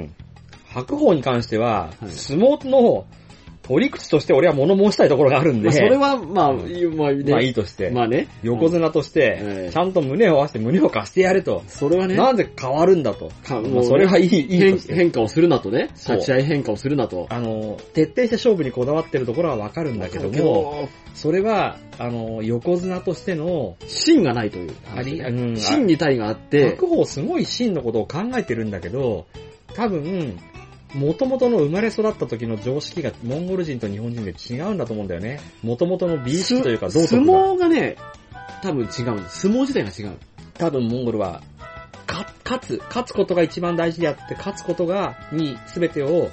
白鵬に関しては、はい、相撲の取り口として俺は物申したいところがあるんで。まあ、 それは、まあ、うん、まあ、ね、 まあいいとして。 まあね。 横綱として、ちゃんと胸を合わせて胸を貸してやれと。 それはね。 なんで変わるんだと。かもうそれはいい、いいとして。 変化をするなとね。立ち合い変化をするなと。 あの、徹底して勝負にこだわってるところはわかるんだけども、それは、あの、横綱としての、 芯がないという。あり、うん。芯に体があって。 白鵬すごい芯のことを考えてるんだけど、多分、元々の生まれ育った時の常識がモンゴル人と日本人で違うんだと思うんだよね。元々の美意識というか道徳が。 相撲がね、多分違うんです。相撲自体が違う。 多分モンゴルは、か、勝つ、勝つことが一番大事であって、勝つことが、に全てを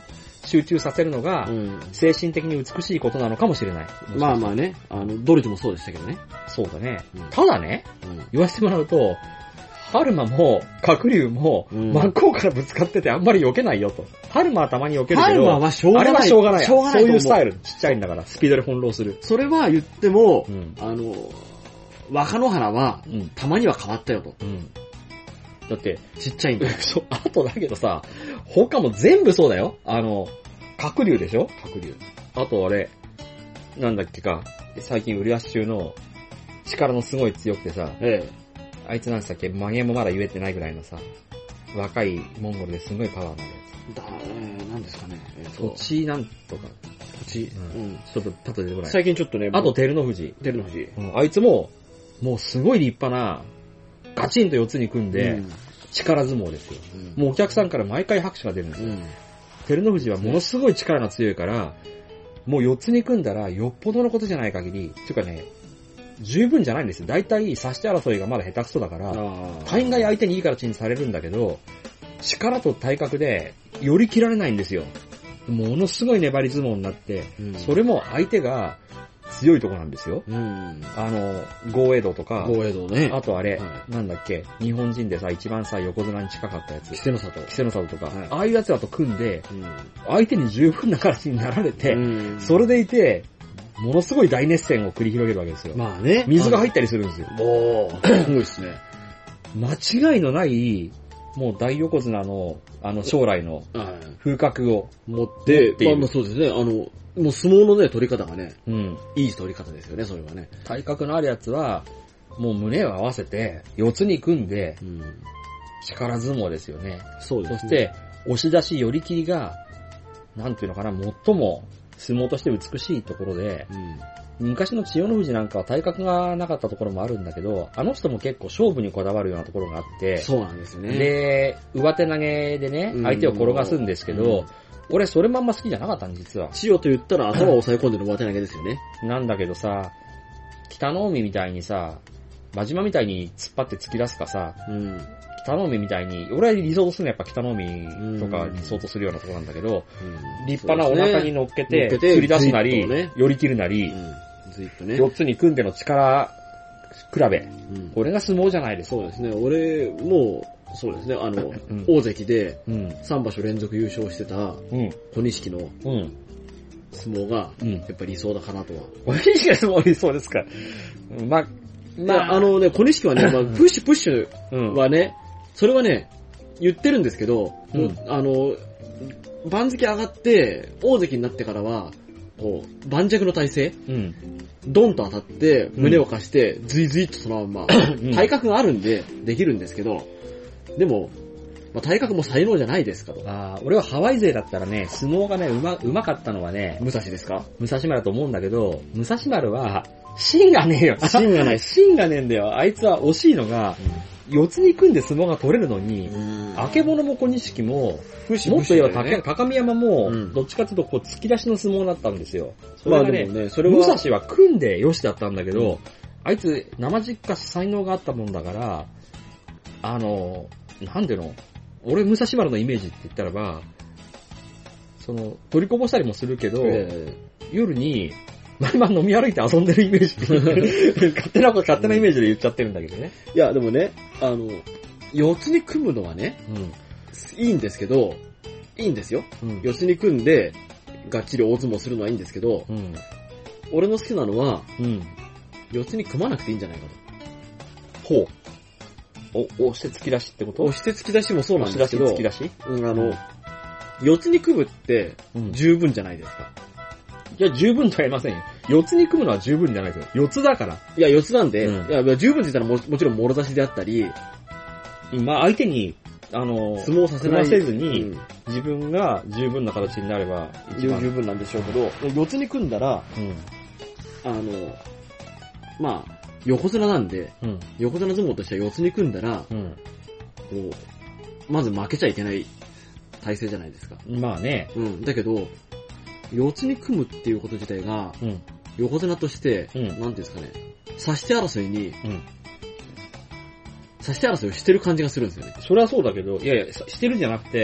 集中させるのが、精神的に美しいことなのかもしれない。 うん、まあまあね、あの、ドルチもそうでしたけどね。 そうだね。うん、ただね、うん、言わせてもらうと、ハルマも、角竜も、真っ向からぶつかっててあんまり避けないよと。ハルマはたまに避けるけど、ハルマはしょうがない。あれはしょうがない。しょうがない。そういうスタイル、ちっちゃいんだから、スピードで翻弄する。 それは言っても、うん、あの、若野原は、うん、たまには変わったよと。うん、 だって、 ちっちゃいんだよ。 そう、あとだけどさ、他も全部そうだよ。あの、角竜でしょ角竜。 あとあれ、なんだっけか、最近売り出し中の力のすごい強くてさ、ええ、あいつなんつったっけ、曲げもまだ言えてないぐらいのさ、若いモンゴルですごいパワーのやつ。だ、えー、なんですかね。 えー、土地なんとか。 土地、 うん。うん。ちょっとパッと出てこない。 最近ちょっとね。 あと、照ノ富士。 照ノ富士。 うん。あいつも、もうすごい立派な、ガチンと四つに組んで、うん、力相撲ですよ、うん。もうお客さんから毎回拍手が出るんですよ。うん、照ノ富士はものすごい力が強いから、もう四つに組んだらよっぽどのことじゃない限り、ていうかね、十分じゃないんですよ。大体、差し手争いがまだ下手くそだから、大概相手にいい形にされるんだけど、力と体格で寄り切られないんですよ。ものすごい粘り相撲になって、うん、それも相手が強いとこなんですよ。うん、あの、豪栄道とか、 豪栄道ね。 あとあれ、はい、なんだっけ、日本人でさ、一番さ、横綱に近かったやつ。 稀勢の里。 稀勢の里とか、はい、ああいうやつらと組んで、うん、相手に十分な形になられて、うん、それでいて、ものすごい大熱戦を繰り広げるわけですよ。 まあね。 水が入ったりするんですよ。 おー、すごいですね。 間違いのない、もう大横綱の、あの将来の風格を持ってっていう。 まあまあそうですね。あの、もう相撲のね、取り方がね、うん、いい取り方ですよね、それはね。 体格のあるやつは、もう胸を合わせて、四つに組んで、うん、力相撲ですよね。 そうですね。 そして、押し出し寄り切りが、なんていうのかな、最も、相撲として美しいところで、うん、昔の千代の富士なんかは体格がなかったところもあるんだけど、あの人も結構勝負にこだわるようなところがあって、 そうなんですね。 で、上手投げでね、相手を転がすんですけど、うん、俺それまんま好きじゃなかったん実は。 千代と言ったら頭を押さえ込んでる上手投げですよね。 なんだけどさ、北の海みたいにさ、真島みたいに突っ張って突き出すかさ、うん、北の海みたいに、俺は理想とするのはやっぱ北の海とか理想とするようなところなんだけど、うん、立派なお腹に乗っけて、釣り出すなり、ね、寄り切るなり、うんずっとね、よっつに組んでの力比べ、うん、これが相撲じゃないですか。 そうですね。俺もそうですね。あの、うん、大関でさん場所連続優勝してた小錦の相撲がやっぱり理想だかなとは。 小錦の相撲理想ですか。まあ、 まあ、あのね、小錦はね、まあ、プッシュプッシュはね、それはね、言ってるんですけど、うん、あの、番付上がって大関になってからは、こう、盤石の体勢、うん、ドンと当たって、胸を貸して、ズイズイっとそのまま、うん、体格があるんで、できるんですけど、でも、まあ、体格も才能じゃないですかと。 ああ、俺はハワイ勢だったらね、相撲がね、うま、うまかったのはね、 武蔵ですか？ 武蔵丸だと思うんだけど、武蔵丸は、芯がねえよ。 芯がない。 芯がねえんだよ。あいつは惜しいのが、うん、四つに組んで相撲が取れるのに、あけぼのも小錦も、もっと言えば、ね、高見山も、うん、どっちかというとこう突き出しの相撲だったんですよ。それがね、まあ、ねそれは武蔵は組んでよしだったんだけど、うん、あいつ生実家才能があったもんだから、あの、なんでの俺武蔵丸のイメージって言ったらば、その、取りこぼしたりもするけど、えー、夜に、毎晩飲み歩いて遊んでるイメージ勝手なこと勝手なイメージで言っちゃってるんだけどね。 いや、でもね、あの、四つに組むのはね、うん、いいんですけど、いいんですよ。うん、四つに組んで、がっちり大相撲するのはいいんですけど、うん、俺の好きなのは、うん、四つに組まなくていいんじゃないかと。ほう。お、押して突き出しってこと？ 押して突き出しもそうなんですけど、 押し出し突き出し？ うん、あの、四つに組むって十分じゃないですか。 いや、十分とは言いませんよ。四つに組むのは十分じゃないですよ。四つだから。 いや、四つなんで、うん、いや、十分って言ったらももちろんもろ差しであったり、 まあ相手に、あの、 相撲させない。 せずに、うん、自分が十分な形になれば十分なんでしょうけど、四つに組んだら、うん、あの、まあ、横綱なんで、うん、横綱相撲としては四つに組んだら、うん、こう、まず負けちゃいけない体勢じゃないですか。 まあね。 うん。だけど、四つに組むっていうこと自体が、うん、横綱として、うん、なんていうんですかね、差し手争いに、うん、差し手争いをしてる感じがするんですよね。 それはそうだけど、いやいや、してるんじゃなくて、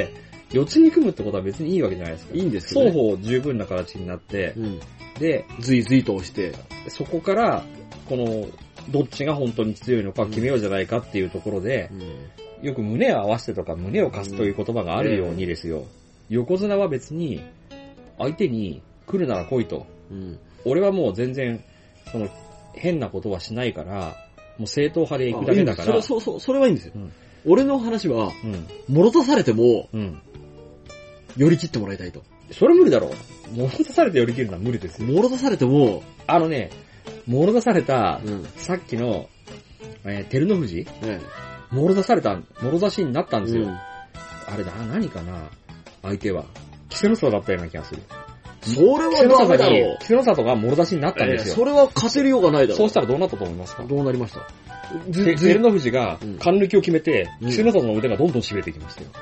四つに組むってことは別にいいわけじゃないですか。 いいんですけど、ね、 双方十分な形になって、うん、で、 ズイズイと押して、 そこから、この、どっちが本当に強いのか決めようじゃないかっていうところで、うん、よく胸を合わせてとか胸を貸すという言葉があるようにですよ。うん、横綱は別に、相手に来るなら来いと。うん、俺はもう全然、その、変なことはしないから、もう正統派で行くだけだから。 いいそれ、そ、それはいいんですよ。うん、俺の話は、うん、物出されても、うん、寄り切ってもらいたいと。 それ無理だろ。物出されて寄り切るのは無理ですよ。 物出されても、 あのね、物出された、うん、さっきの、えー、照ノ富士、ね、物出された、物出しになったんですよ。うん、あれだ、何かな相手は。稀勢の里だったような気がする。 それはダメだろう。 稀勢の里が物出しになったんですよ。 えー、それは勝てるようがないだろう。 そうしたらどうなったと思いますか？ どうなりました？ 照ノ富士が、勘抜きを決めて、稀勢の里の腕がどんどん痺れていきましたよ。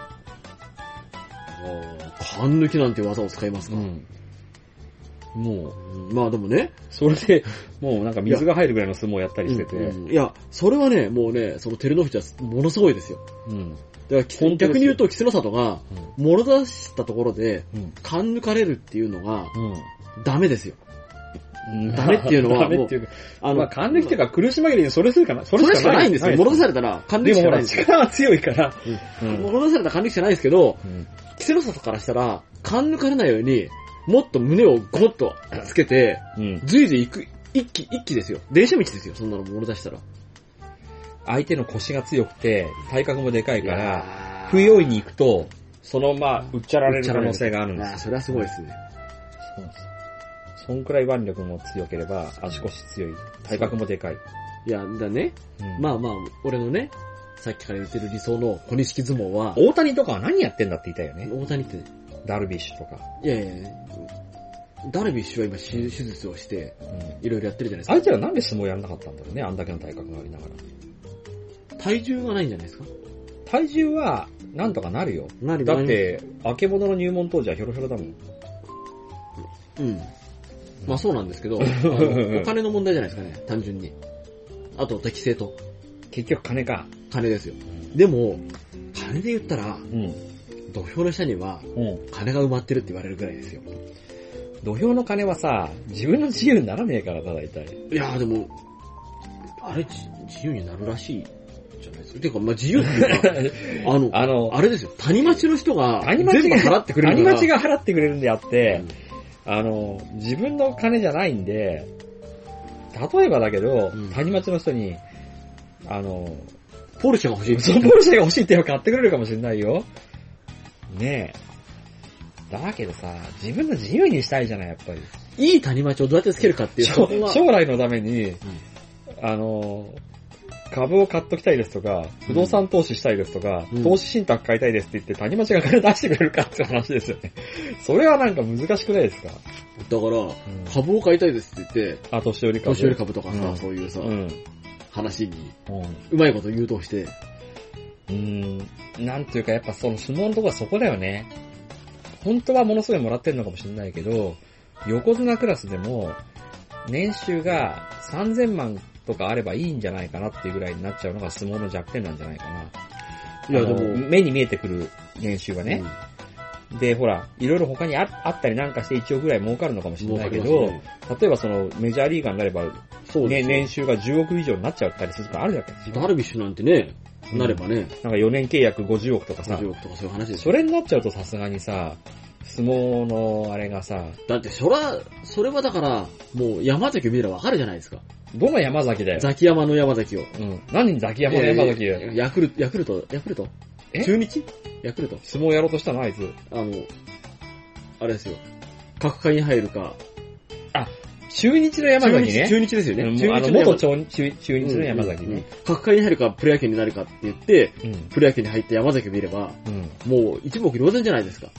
勘抜きなんて技を使いますか？うん、 もう、まあでもね。 それで、もうなんか水が入るぐらいの相撲をやったりしてて。い や,、 うんうん、いや、それはね、もうね、その照ノ富士はものすごいですよ。うん。だから逆に言うと、稀勢の里が、もろ出したところで、勘抜かれるっていうのが、ダメですよ。うん、ダメっていうのは、 ダメっていうか、あの、まあ、勘抜きっていうか、苦し紛れにそれするかな。 それしかないんですよ。もろ出されたら、勘抜きしかないんですよ。 でもほら、力が強いから、 もろ出されたら勘抜きしかないですけど、稀勢の里からしたら、勘抜かれないように、もっと胸をゴッとつけて、ずいずい行く、一気、一気ですよ。電車道ですよ、そんなのもろ出したら。 相手の腰が強くて、体格もでかいから、不用意に行くと、そのまま、うっちゃられる可能性があるんですよ。 それはすごいですね。 そうです。そんくらい腕力も強ければ、足腰強い。体格もでかい。 いや、だね。うん、まあまあ、俺のね、さっきから言ってる理想の小錦相撲は、 大谷とかは何やってんだって言いたいよね。 大谷って、 ダルビッシュとか。 いやいやいや、ダルビッシュは今手術をして、いろいろやってるじゃないですか。 あいつらなんで相撲やらなかったんだろうね、あんだけの体格がありながら。 体重がないんじゃないですか？ 体重は、なんとかなるよ。なるだって、あけぼのの入門当時はヒョロヒョロだもん。 うん。まあそうなんですけど、あのお金の問題じゃないですかね、単純に。あと適正と。 結局金か。 金ですよ。うん、でも、金で言ったら、うん、土俵の下には、金が埋まってるって言われるぐらいですよ。 土俵の金はさ、自分の自由にならねえからな、大体。 いやーでも、あれ、自由になるらしい。じゃないですか。てか、まあ、自由っていうか、あの、あの、あれですよ、谷町の人が、全部払ってくれる谷町が払ってくれるんであって、うん、あの、自分の金じゃないんで、例えばだけど、うん、谷町の人に、あの、 ポルシェが欲しい。 そう、ポルシェが欲しいって言えば買ってくれるかもしれないよ。ねえ。だけどさ、自分の自由にしたいじゃない、やっぱり。 いい谷町をどうやってつけるかっていう。 将来のために、うん、あの、株を買っときたいですとか、不動産投資したいですとか、うん、投資信託買いたいですって言って谷町が金出してくれるかって話ですよね。それはなんか難しくないですか？ だから、うん、株を買いたいですって言って、 あ、年寄り株。 年寄り株とかさ、うん、そういうさ、うん、話に、うまいこと誘導して。 うーん、なんていうかやっぱその相撲のとこはそこだよね。本当はものすごいもらってるのかもしれないけど、横綱クラスでも、年収がさんぜんまんとかあればいいんじゃないかなっていうぐらいになっちゃうのが相撲の弱点なんじゃないかな。いやでも、目に見えてくる年収がね。うん、で、ほら、いろいろ他に あ, あったりなんかしていちおくぐらい儲かるのかもしれないけど、ね、例えばそのメジャーリーガーになれば、そうね、年収がじゅうおく以上になっちゃったりするからあるわけですよ。 ダルビッシュなんてね、なればね、うん。 なんかよねん契約ごじゅうおくとかさ。 ごじゅうおくとかそういう話です。 それになっちゃうとさすがにさ、相撲のあれがさ。 だってそら、それはだから、もう山崎を見ればわかるじゃないですか。 どの山崎だよ。 ザキヤマの山崎を。 うん。何ザキヤマの山崎だよ。 ヤクルト、ヤクルト、ヤクルトえ中日ヤクルト相撲やろうとしたのあいつ。 あの、あれですよ。角界に入るか。 あ、中日の山崎ね。 中日ですよね。うん、 中日の元中中中日の山崎ね。うんうん、 角界に入るかプロ野球になるかって言って、うん、プロ野球に入って山崎を見れば、うん、もう一目瞭然じゃないですか。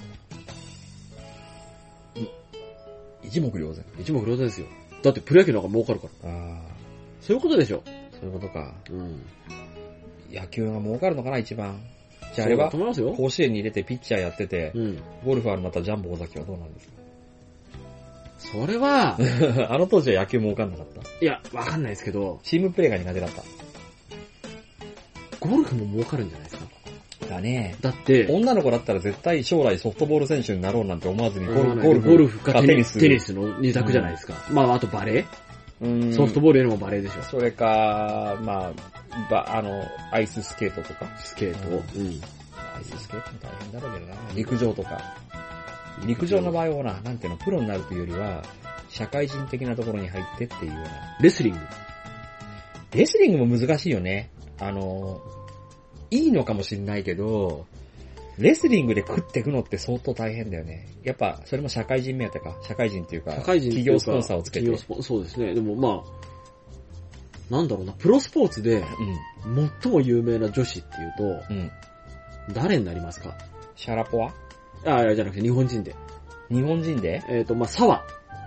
一目瞭然。 一目瞭然ですよ。だってプロ野球の方が儲かるから。ああ。そういうことでしょ。 そういうことか。うん。野球が儲かるのかな、一番。じゃああれは、甲子園に入れてピッチャーやってて、うん、ゴルファーになったジャンボ尾崎はどうなんですか？ それは、 あの当時は野球儲かんなかった？ いや、わかんないですけど、 チームプレーが苦手だった。 ゴルフも儲かるんじゃないですか？ だね。 だって、 女の子だったら絶対将来ソフトボール選手になろうなんて思わずにゴルフ、 ゴルフ、ゴルフかテニス。テニスの二択じゃないですか。うん、まあ、あとバレー、うん、ソフトボールよりもバレーでしょ。 それか、まあ、ば、あの、アイススケートとか。 スケート、うん、アイススケートも大変だろうけどな。陸上とか。陸上の場合はな、なんていうの、プロになるというよりは、社会人的なところに入ってっていうような。 レスリングレスリングも難しいよね。あの、いいのかもしれないけど、レスリングで食っていくのって相当大変だよね。やっぱ、それも社会人目当てか。社会人っていうか、 社会人企業スポンサーをつけて。企業スポンそうですね。でもまあ、なんだろうな、プロスポーツで、うん、最も有名な女子っていうと、うん、誰になりますか？ シャラポワ？ ああ、じゃなくて日本人で。 日本人で？ えっ、ー、と、まあ、沢。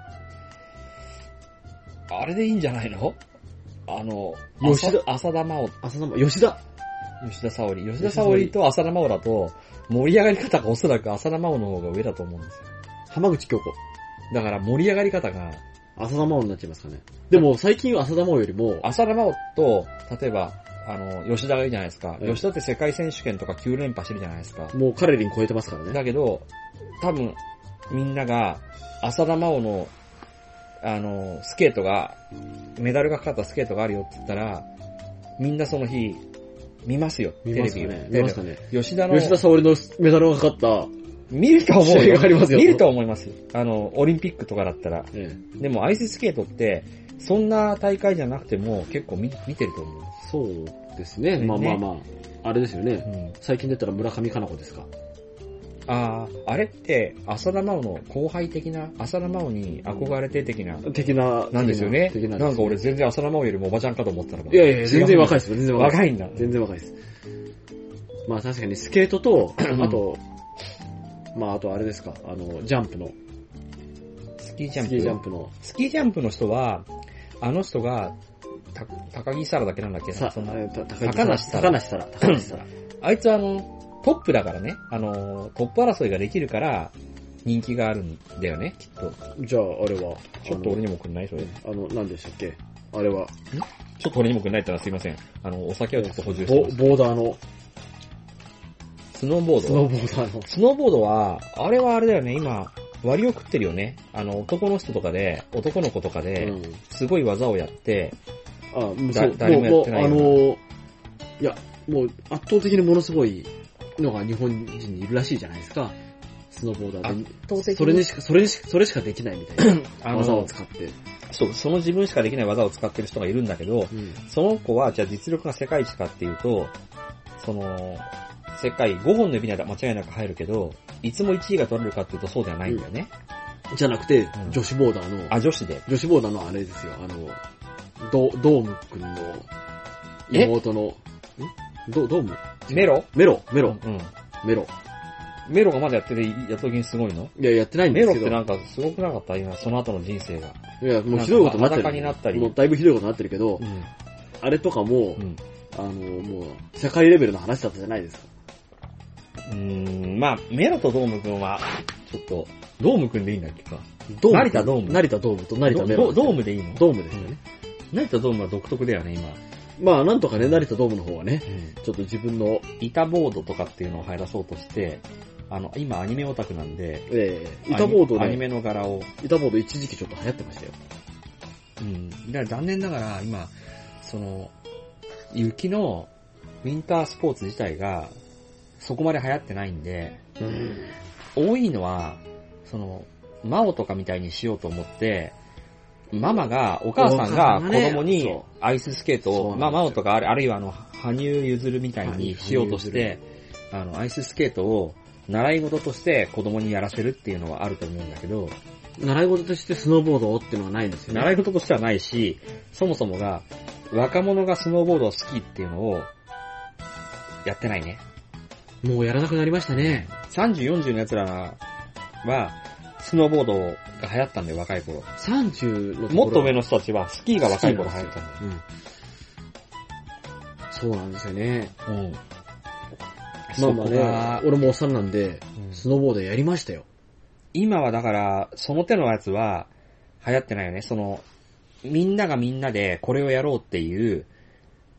あれでいいんじゃないの？あの、 吉田、 浅田真央。 浅田真央、吉田。 吉田沙織。吉田沙織と浅田真央だと、盛り上がり方がおそらく浅田真央の方が上だと思うんですよ。 浜口京子。 だから盛り上がり方が、 浅田真央になっちゃいますかね。でも最近は浅田真央よりも、 浅田真央と、例えば、あの、吉田がいいじゃないですか。うん、吉田って世界選手権とかきゅう連覇してるじゃないですか。 もうカレリン超えてますからね。 だけど、多分、みんなが、浅田真央の、あの、スケートが、メダルがかかったスケートがあるよって言ったら、みんなその日、見ますよ。 見ますかね。見ますかね。 吉田の、 吉田沙織のメダルがかかった、 見ると思うよ。 ありますよ。 見ると思いますよ。あの、オリンピックとかだったら。ええ、でもアイススケートって、そんな大会じゃなくても結構見見てると思う。 そうですね。ねまあまあまあ、あれですよね。うん、最近出たら村上佳菜子ですか。 ああ、あれって、浅田真央の後輩的な、浅田真央に憧れて的な。 的な。 なんですよね。的な。なんか俺全然浅田真央よりもおばちゃんかと思ったら。 いやいや、全然若いですよ。全然若い。若いんだ。 全然若いです。まあ確かにスケートと、あと、まああとあれですか、あの、ジャンプの。 スキージャンプ。 スキージャンプの。 スキージャンプの人は、あの人が、た、高木沙羅だけなんだっけさ、 その高梨沙羅。高梨沙羅。高梨沙羅。 あいつはあの、トップだからね。あの、トップ争いができるから、人気があるんだよね、きっと。 じゃあ、あれは。 ちょっと俺にもくんないそれ。 あの、何でしたっけあれは。んちょっと俺にもくんないってのはすいません。あの、お酒をちょっと補充してます。 ボーダーの。 スノーボード。 スノーボーダーの。 スノーボードは、あれはあれだよね、今、割を食ってるよね。あの、男の人とかで、男の子とかで、すごい技をやって、 うん、あ、もうそう、誰もやってないよ。もう、あの、いや、もう圧倒的にものすごいのが日本人にいるらしいじゃないですか。スノーボーダーで。圧倒的に。それにしか、それにしか、それしかできないみたいな技を使って。 そう、その自分しかできない技を使ってる人がいるんだけど、うん、その子は、じゃあ実力が世界一かっていうと、その、世界ごほんの指には間違いなく入るけど、いつもいちいが取れるかっていうとそうではないんだよね。 うん、じゃなくて、うん、女子ボーダーの。 あ、女子で。 女子ボーダーのあれですよ、あの、ド、ドームくんの妹の、ド、ドームメロメロ、メロ。うん。メロ。 メロがまだやってて、やった時にすごいの？ いや、やってないんですけど。 メロってなんかすごくなかった今、その後の人生が。 いや、もうひどいことになってる。 裸になったり。 もうだいぶひどいことになってるけど、うん、あれとかも、うん、あの、もう、世界レベルの話だったじゃないですか。 うーん、まあ、メロとドームくんは、ちょっと、ドームくんでいいんだっけか。 ドーム。 成田ドーム。 成田ドームと成田メロ。 ドームでいいの？ ドームですよね。 成田ドームは独特だよね、今。 まあ、なんとかね、成田ドームの方はね、うん、ちょっと自分の。 板ボードとかっていうのを入らそうとして、あの、今アニメオタクなんで、 ええー、板ボードね、アニメの柄を。 板ボード一時期ちょっと流行ってましたよ。 うん。だから残念ながら、今、その、雪のウィンタースポーツ自体が、そこまで流行ってないんで、うん、多いのは、その、マオとかみたいにしようと思って、ママが、お母さんが子供にアイススケートを、まあ、マオとかある、あるいはあの、羽生結弦みたいにしようとして、あの、アイススケートを習い事として子供にやらせるっていうのはあると思うんだけど、 習い事としてスノーボードっていうのはないんですよね。 習い事としてはないし、そもそもが、若者がスノーボードを好きっていうのを、やってないね。 もうやらなくなりましたね。 さんじゅう、よんじゅうの奴らは、スノーボードが流行ったんだよ、若い頃。 さんじゅうのもっと上の人たちはスキーが若い頃流行ったんだよ。うん、 そうなんですよね。うん。まあまあね、俺もおっさんなんで、うん、スノーボードやりましたよ。 今はだから、その手のやつは流行ってないよね。その、みんながみんなでこれをやろうっていう、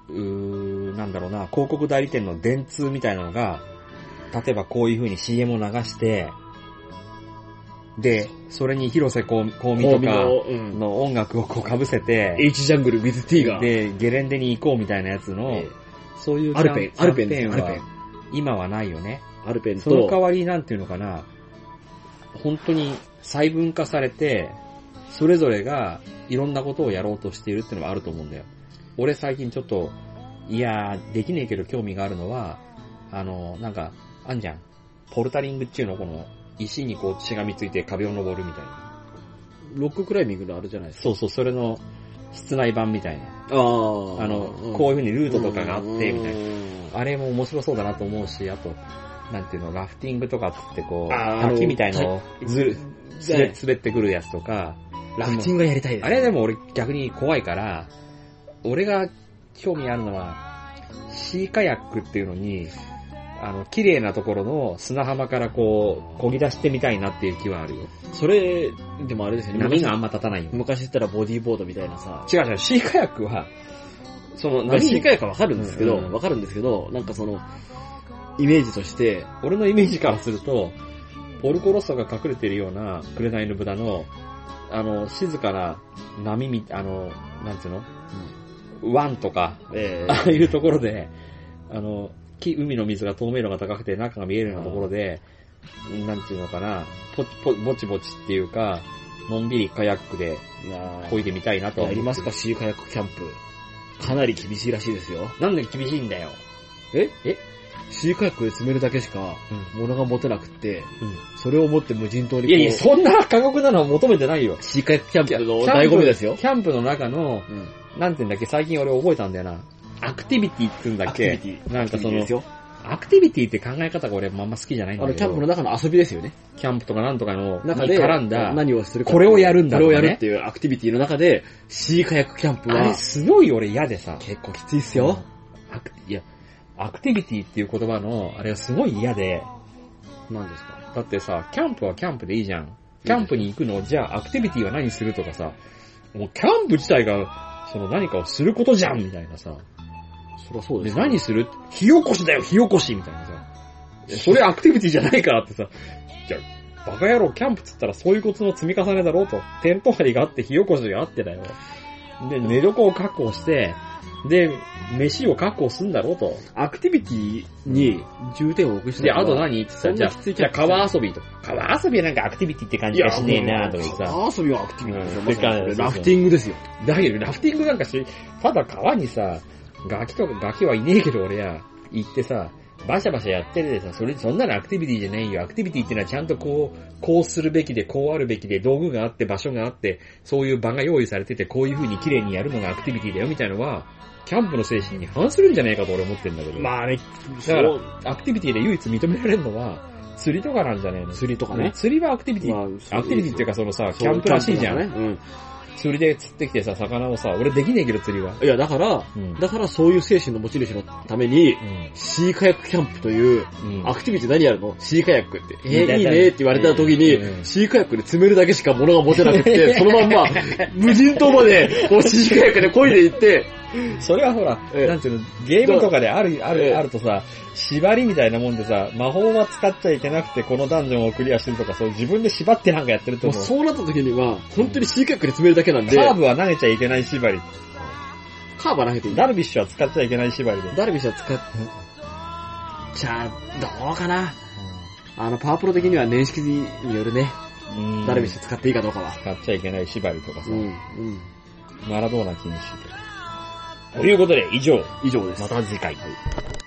うー、なんだろうな、広告代理店の電通みたいなのが、例えばこういう風に シーエム を流して、で、それに広瀬香美とかの音楽をこう被せて、 H ジャングル with T が。 で、ゲレンデに行こうみたいなやつの、えー、そういうキャンペーン、アルペン、アルペンは今はないよね。 アルペンと。 その代わりなんていうのかな、本当に細分化されて、それぞれがいろんなことをやろうとしているっていうのがあると思うんだよ。俺最近ちょっと、いやー、できねえけど興味があるのは、あの、なんか、あんじゃん。ポルタリングっていうの、この、石にこうしがみついて壁を登るみたいな。 ロッククライミングのあるじゃないですか。 そうそう、それの室内版みたいな。ああ。あの、うん、こういう風にルートとかがあって、みたいな。あれも面白そうだなと思うし、あと、なんていうの、ラフティングとかってこう、滝みたいのをずる、滑ってくるやつとか。 ラフティングがやりたいです、 ね。あれでも俺逆に怖いから、俺が興味あるのは、シーカヤックっていうのに、あの、綺麗なところの砂浜からこう、漕ぎ出してみたいなっていう気はあるよ。 それ、でもあれですよね。 波があんま立たないよ。 昔言ったらボディーボードみたいなさ。 違う違う、シーカヤックは、 その、波シーカヤックはわかるんですけど、わ、うんうん、かるんですけど、なんかその、イメージとして、 俺のイメージからすると、ポルコロッソが隠れているような、紅の豚の、あの、静かな波み、あの、なんつうの、うん、湾とか、えー、ああいうところで、あの、海の水が透明度が高くて中が見えるようなところで、なんていうのかな、ぽぽぼちぼちっていうか、のんびりカヤックで漕いでみたいなとやりますか、シーカヤックキャンプ。かなり厳しいらしいですよ。 なんで厳しいんだよ。 ええシーカヤックで積めるだけしか物が持てなくって、うん、それを持って無人島にこう。 いやいや、そんな過酷なのは求めてないよ。 シーカヤックキャンプの醍醐味ですよ。 キャンプの中の、うん、なんていうんだっけ、最近俺覚えたんだよな。アクティビティって言うんだっけ。アクティビティ。なんかその、アクティビティって考え方が俺あんま好きじゃないんだけど。 あの、キャンプの中の遊びですよね。 キャンプとかなんとかの中で絡んだ、 何をするか。 これをやるんだ、 ね。これをやるっていうアクティビティの中で、シーカヤックキャンプは。 あれすごい俺嫌でさ。 結構きついっすよ。 アクいや、アクティビティっていう言葉の、あれはすごい嫌で。 何ですか？ だってさ、キャンプはキャンプでいいじゃん。キャンプに行くの、じゃあアクティビティは何するとかさ、もうキャンプ自体が、その何かをすることじゃんみたいなさ。 そりゃそうです、 ね。で、何する？火起こしだよ、火起こしみたいなさ。それアクティビティじゃないからってさ、じゃあ、バカ野郎、キャンプっつったらそういうことの積み重ねだろうと。テント張りがあって、火起こしがあってだよ。で、寝床を確保して、で、飯を確保すんだろうと。 アクティビティに重点を置くして。 で、あと何ってさ、じゃあ、じゃあ川遊びとか。川遊びはなんかアクティビティって感じがしねえなとかさ。 川遊びはアクティビティですよ。うん、ラフティングですよ。 だけど、ラフティングなんかし、ただ川にさ、ガキとか、ガキはいねえけど俺や、行ってさ、バシャバシャやってるでさ、それ、そんなのアクティビティじゃないよ。アクティビティってのはちゃんとこう、こうするべきで、こうあるべきで、道具があって、場所があって、そういう場が用意されてて、こういう風に綺麗にやるのがアクティビティだよ、みたいなのは、キャンプの精神に反するんじゃないかと俺思ってんだけど。 まあね、 だから、アクティビティで唯一認められるのは、釣りとかなんじゃねえの？ 釣りとかね。 釣りはアクティビティ、まあ、アクティビティっていうかそのさ、キャンプらしいじゃん。ね、うん。釣りで釣ってきてさ、魚をさ、俺できねえけど釣りは。 いや、だから、うん、だからそういう精神の持ち主のために、うん、シーカヤックキャンプという、うん、アクティビティ何やるの？シーカヤックって。えー、いいねって言われた時に、うん、シーカヤックで積めるだけしか物が持てなくて、そのまんま、無人島まで、こうシーカヤックで漕いでいって、 それはほら、えー、なんていうの、ゲームとかである、ある、えー、あるとさ、縛りみたいなもんでさ、魔法は使っちゃいけなくてこのダンジョンをクリアしてるとか、そう自分で縛ってなんかやってると思う。 そうなった時には、本当にシーカヤックで積めるだけなんで。 カーブは投げちゃいけない縛り。 カーブは投げていい？ ダルビッシュは使っちゃいけない縛りで。 ダルビッシュは使っ、じゃあ、どうかな。あの、パワープロ的には年式によるね。ダルビッシュ使っていいかどうかは。 使っちゃいけない縛りとかさ。うん。うん。 マラドーナ禁止とか。ということで、以上。 以上です。 また次回。はい。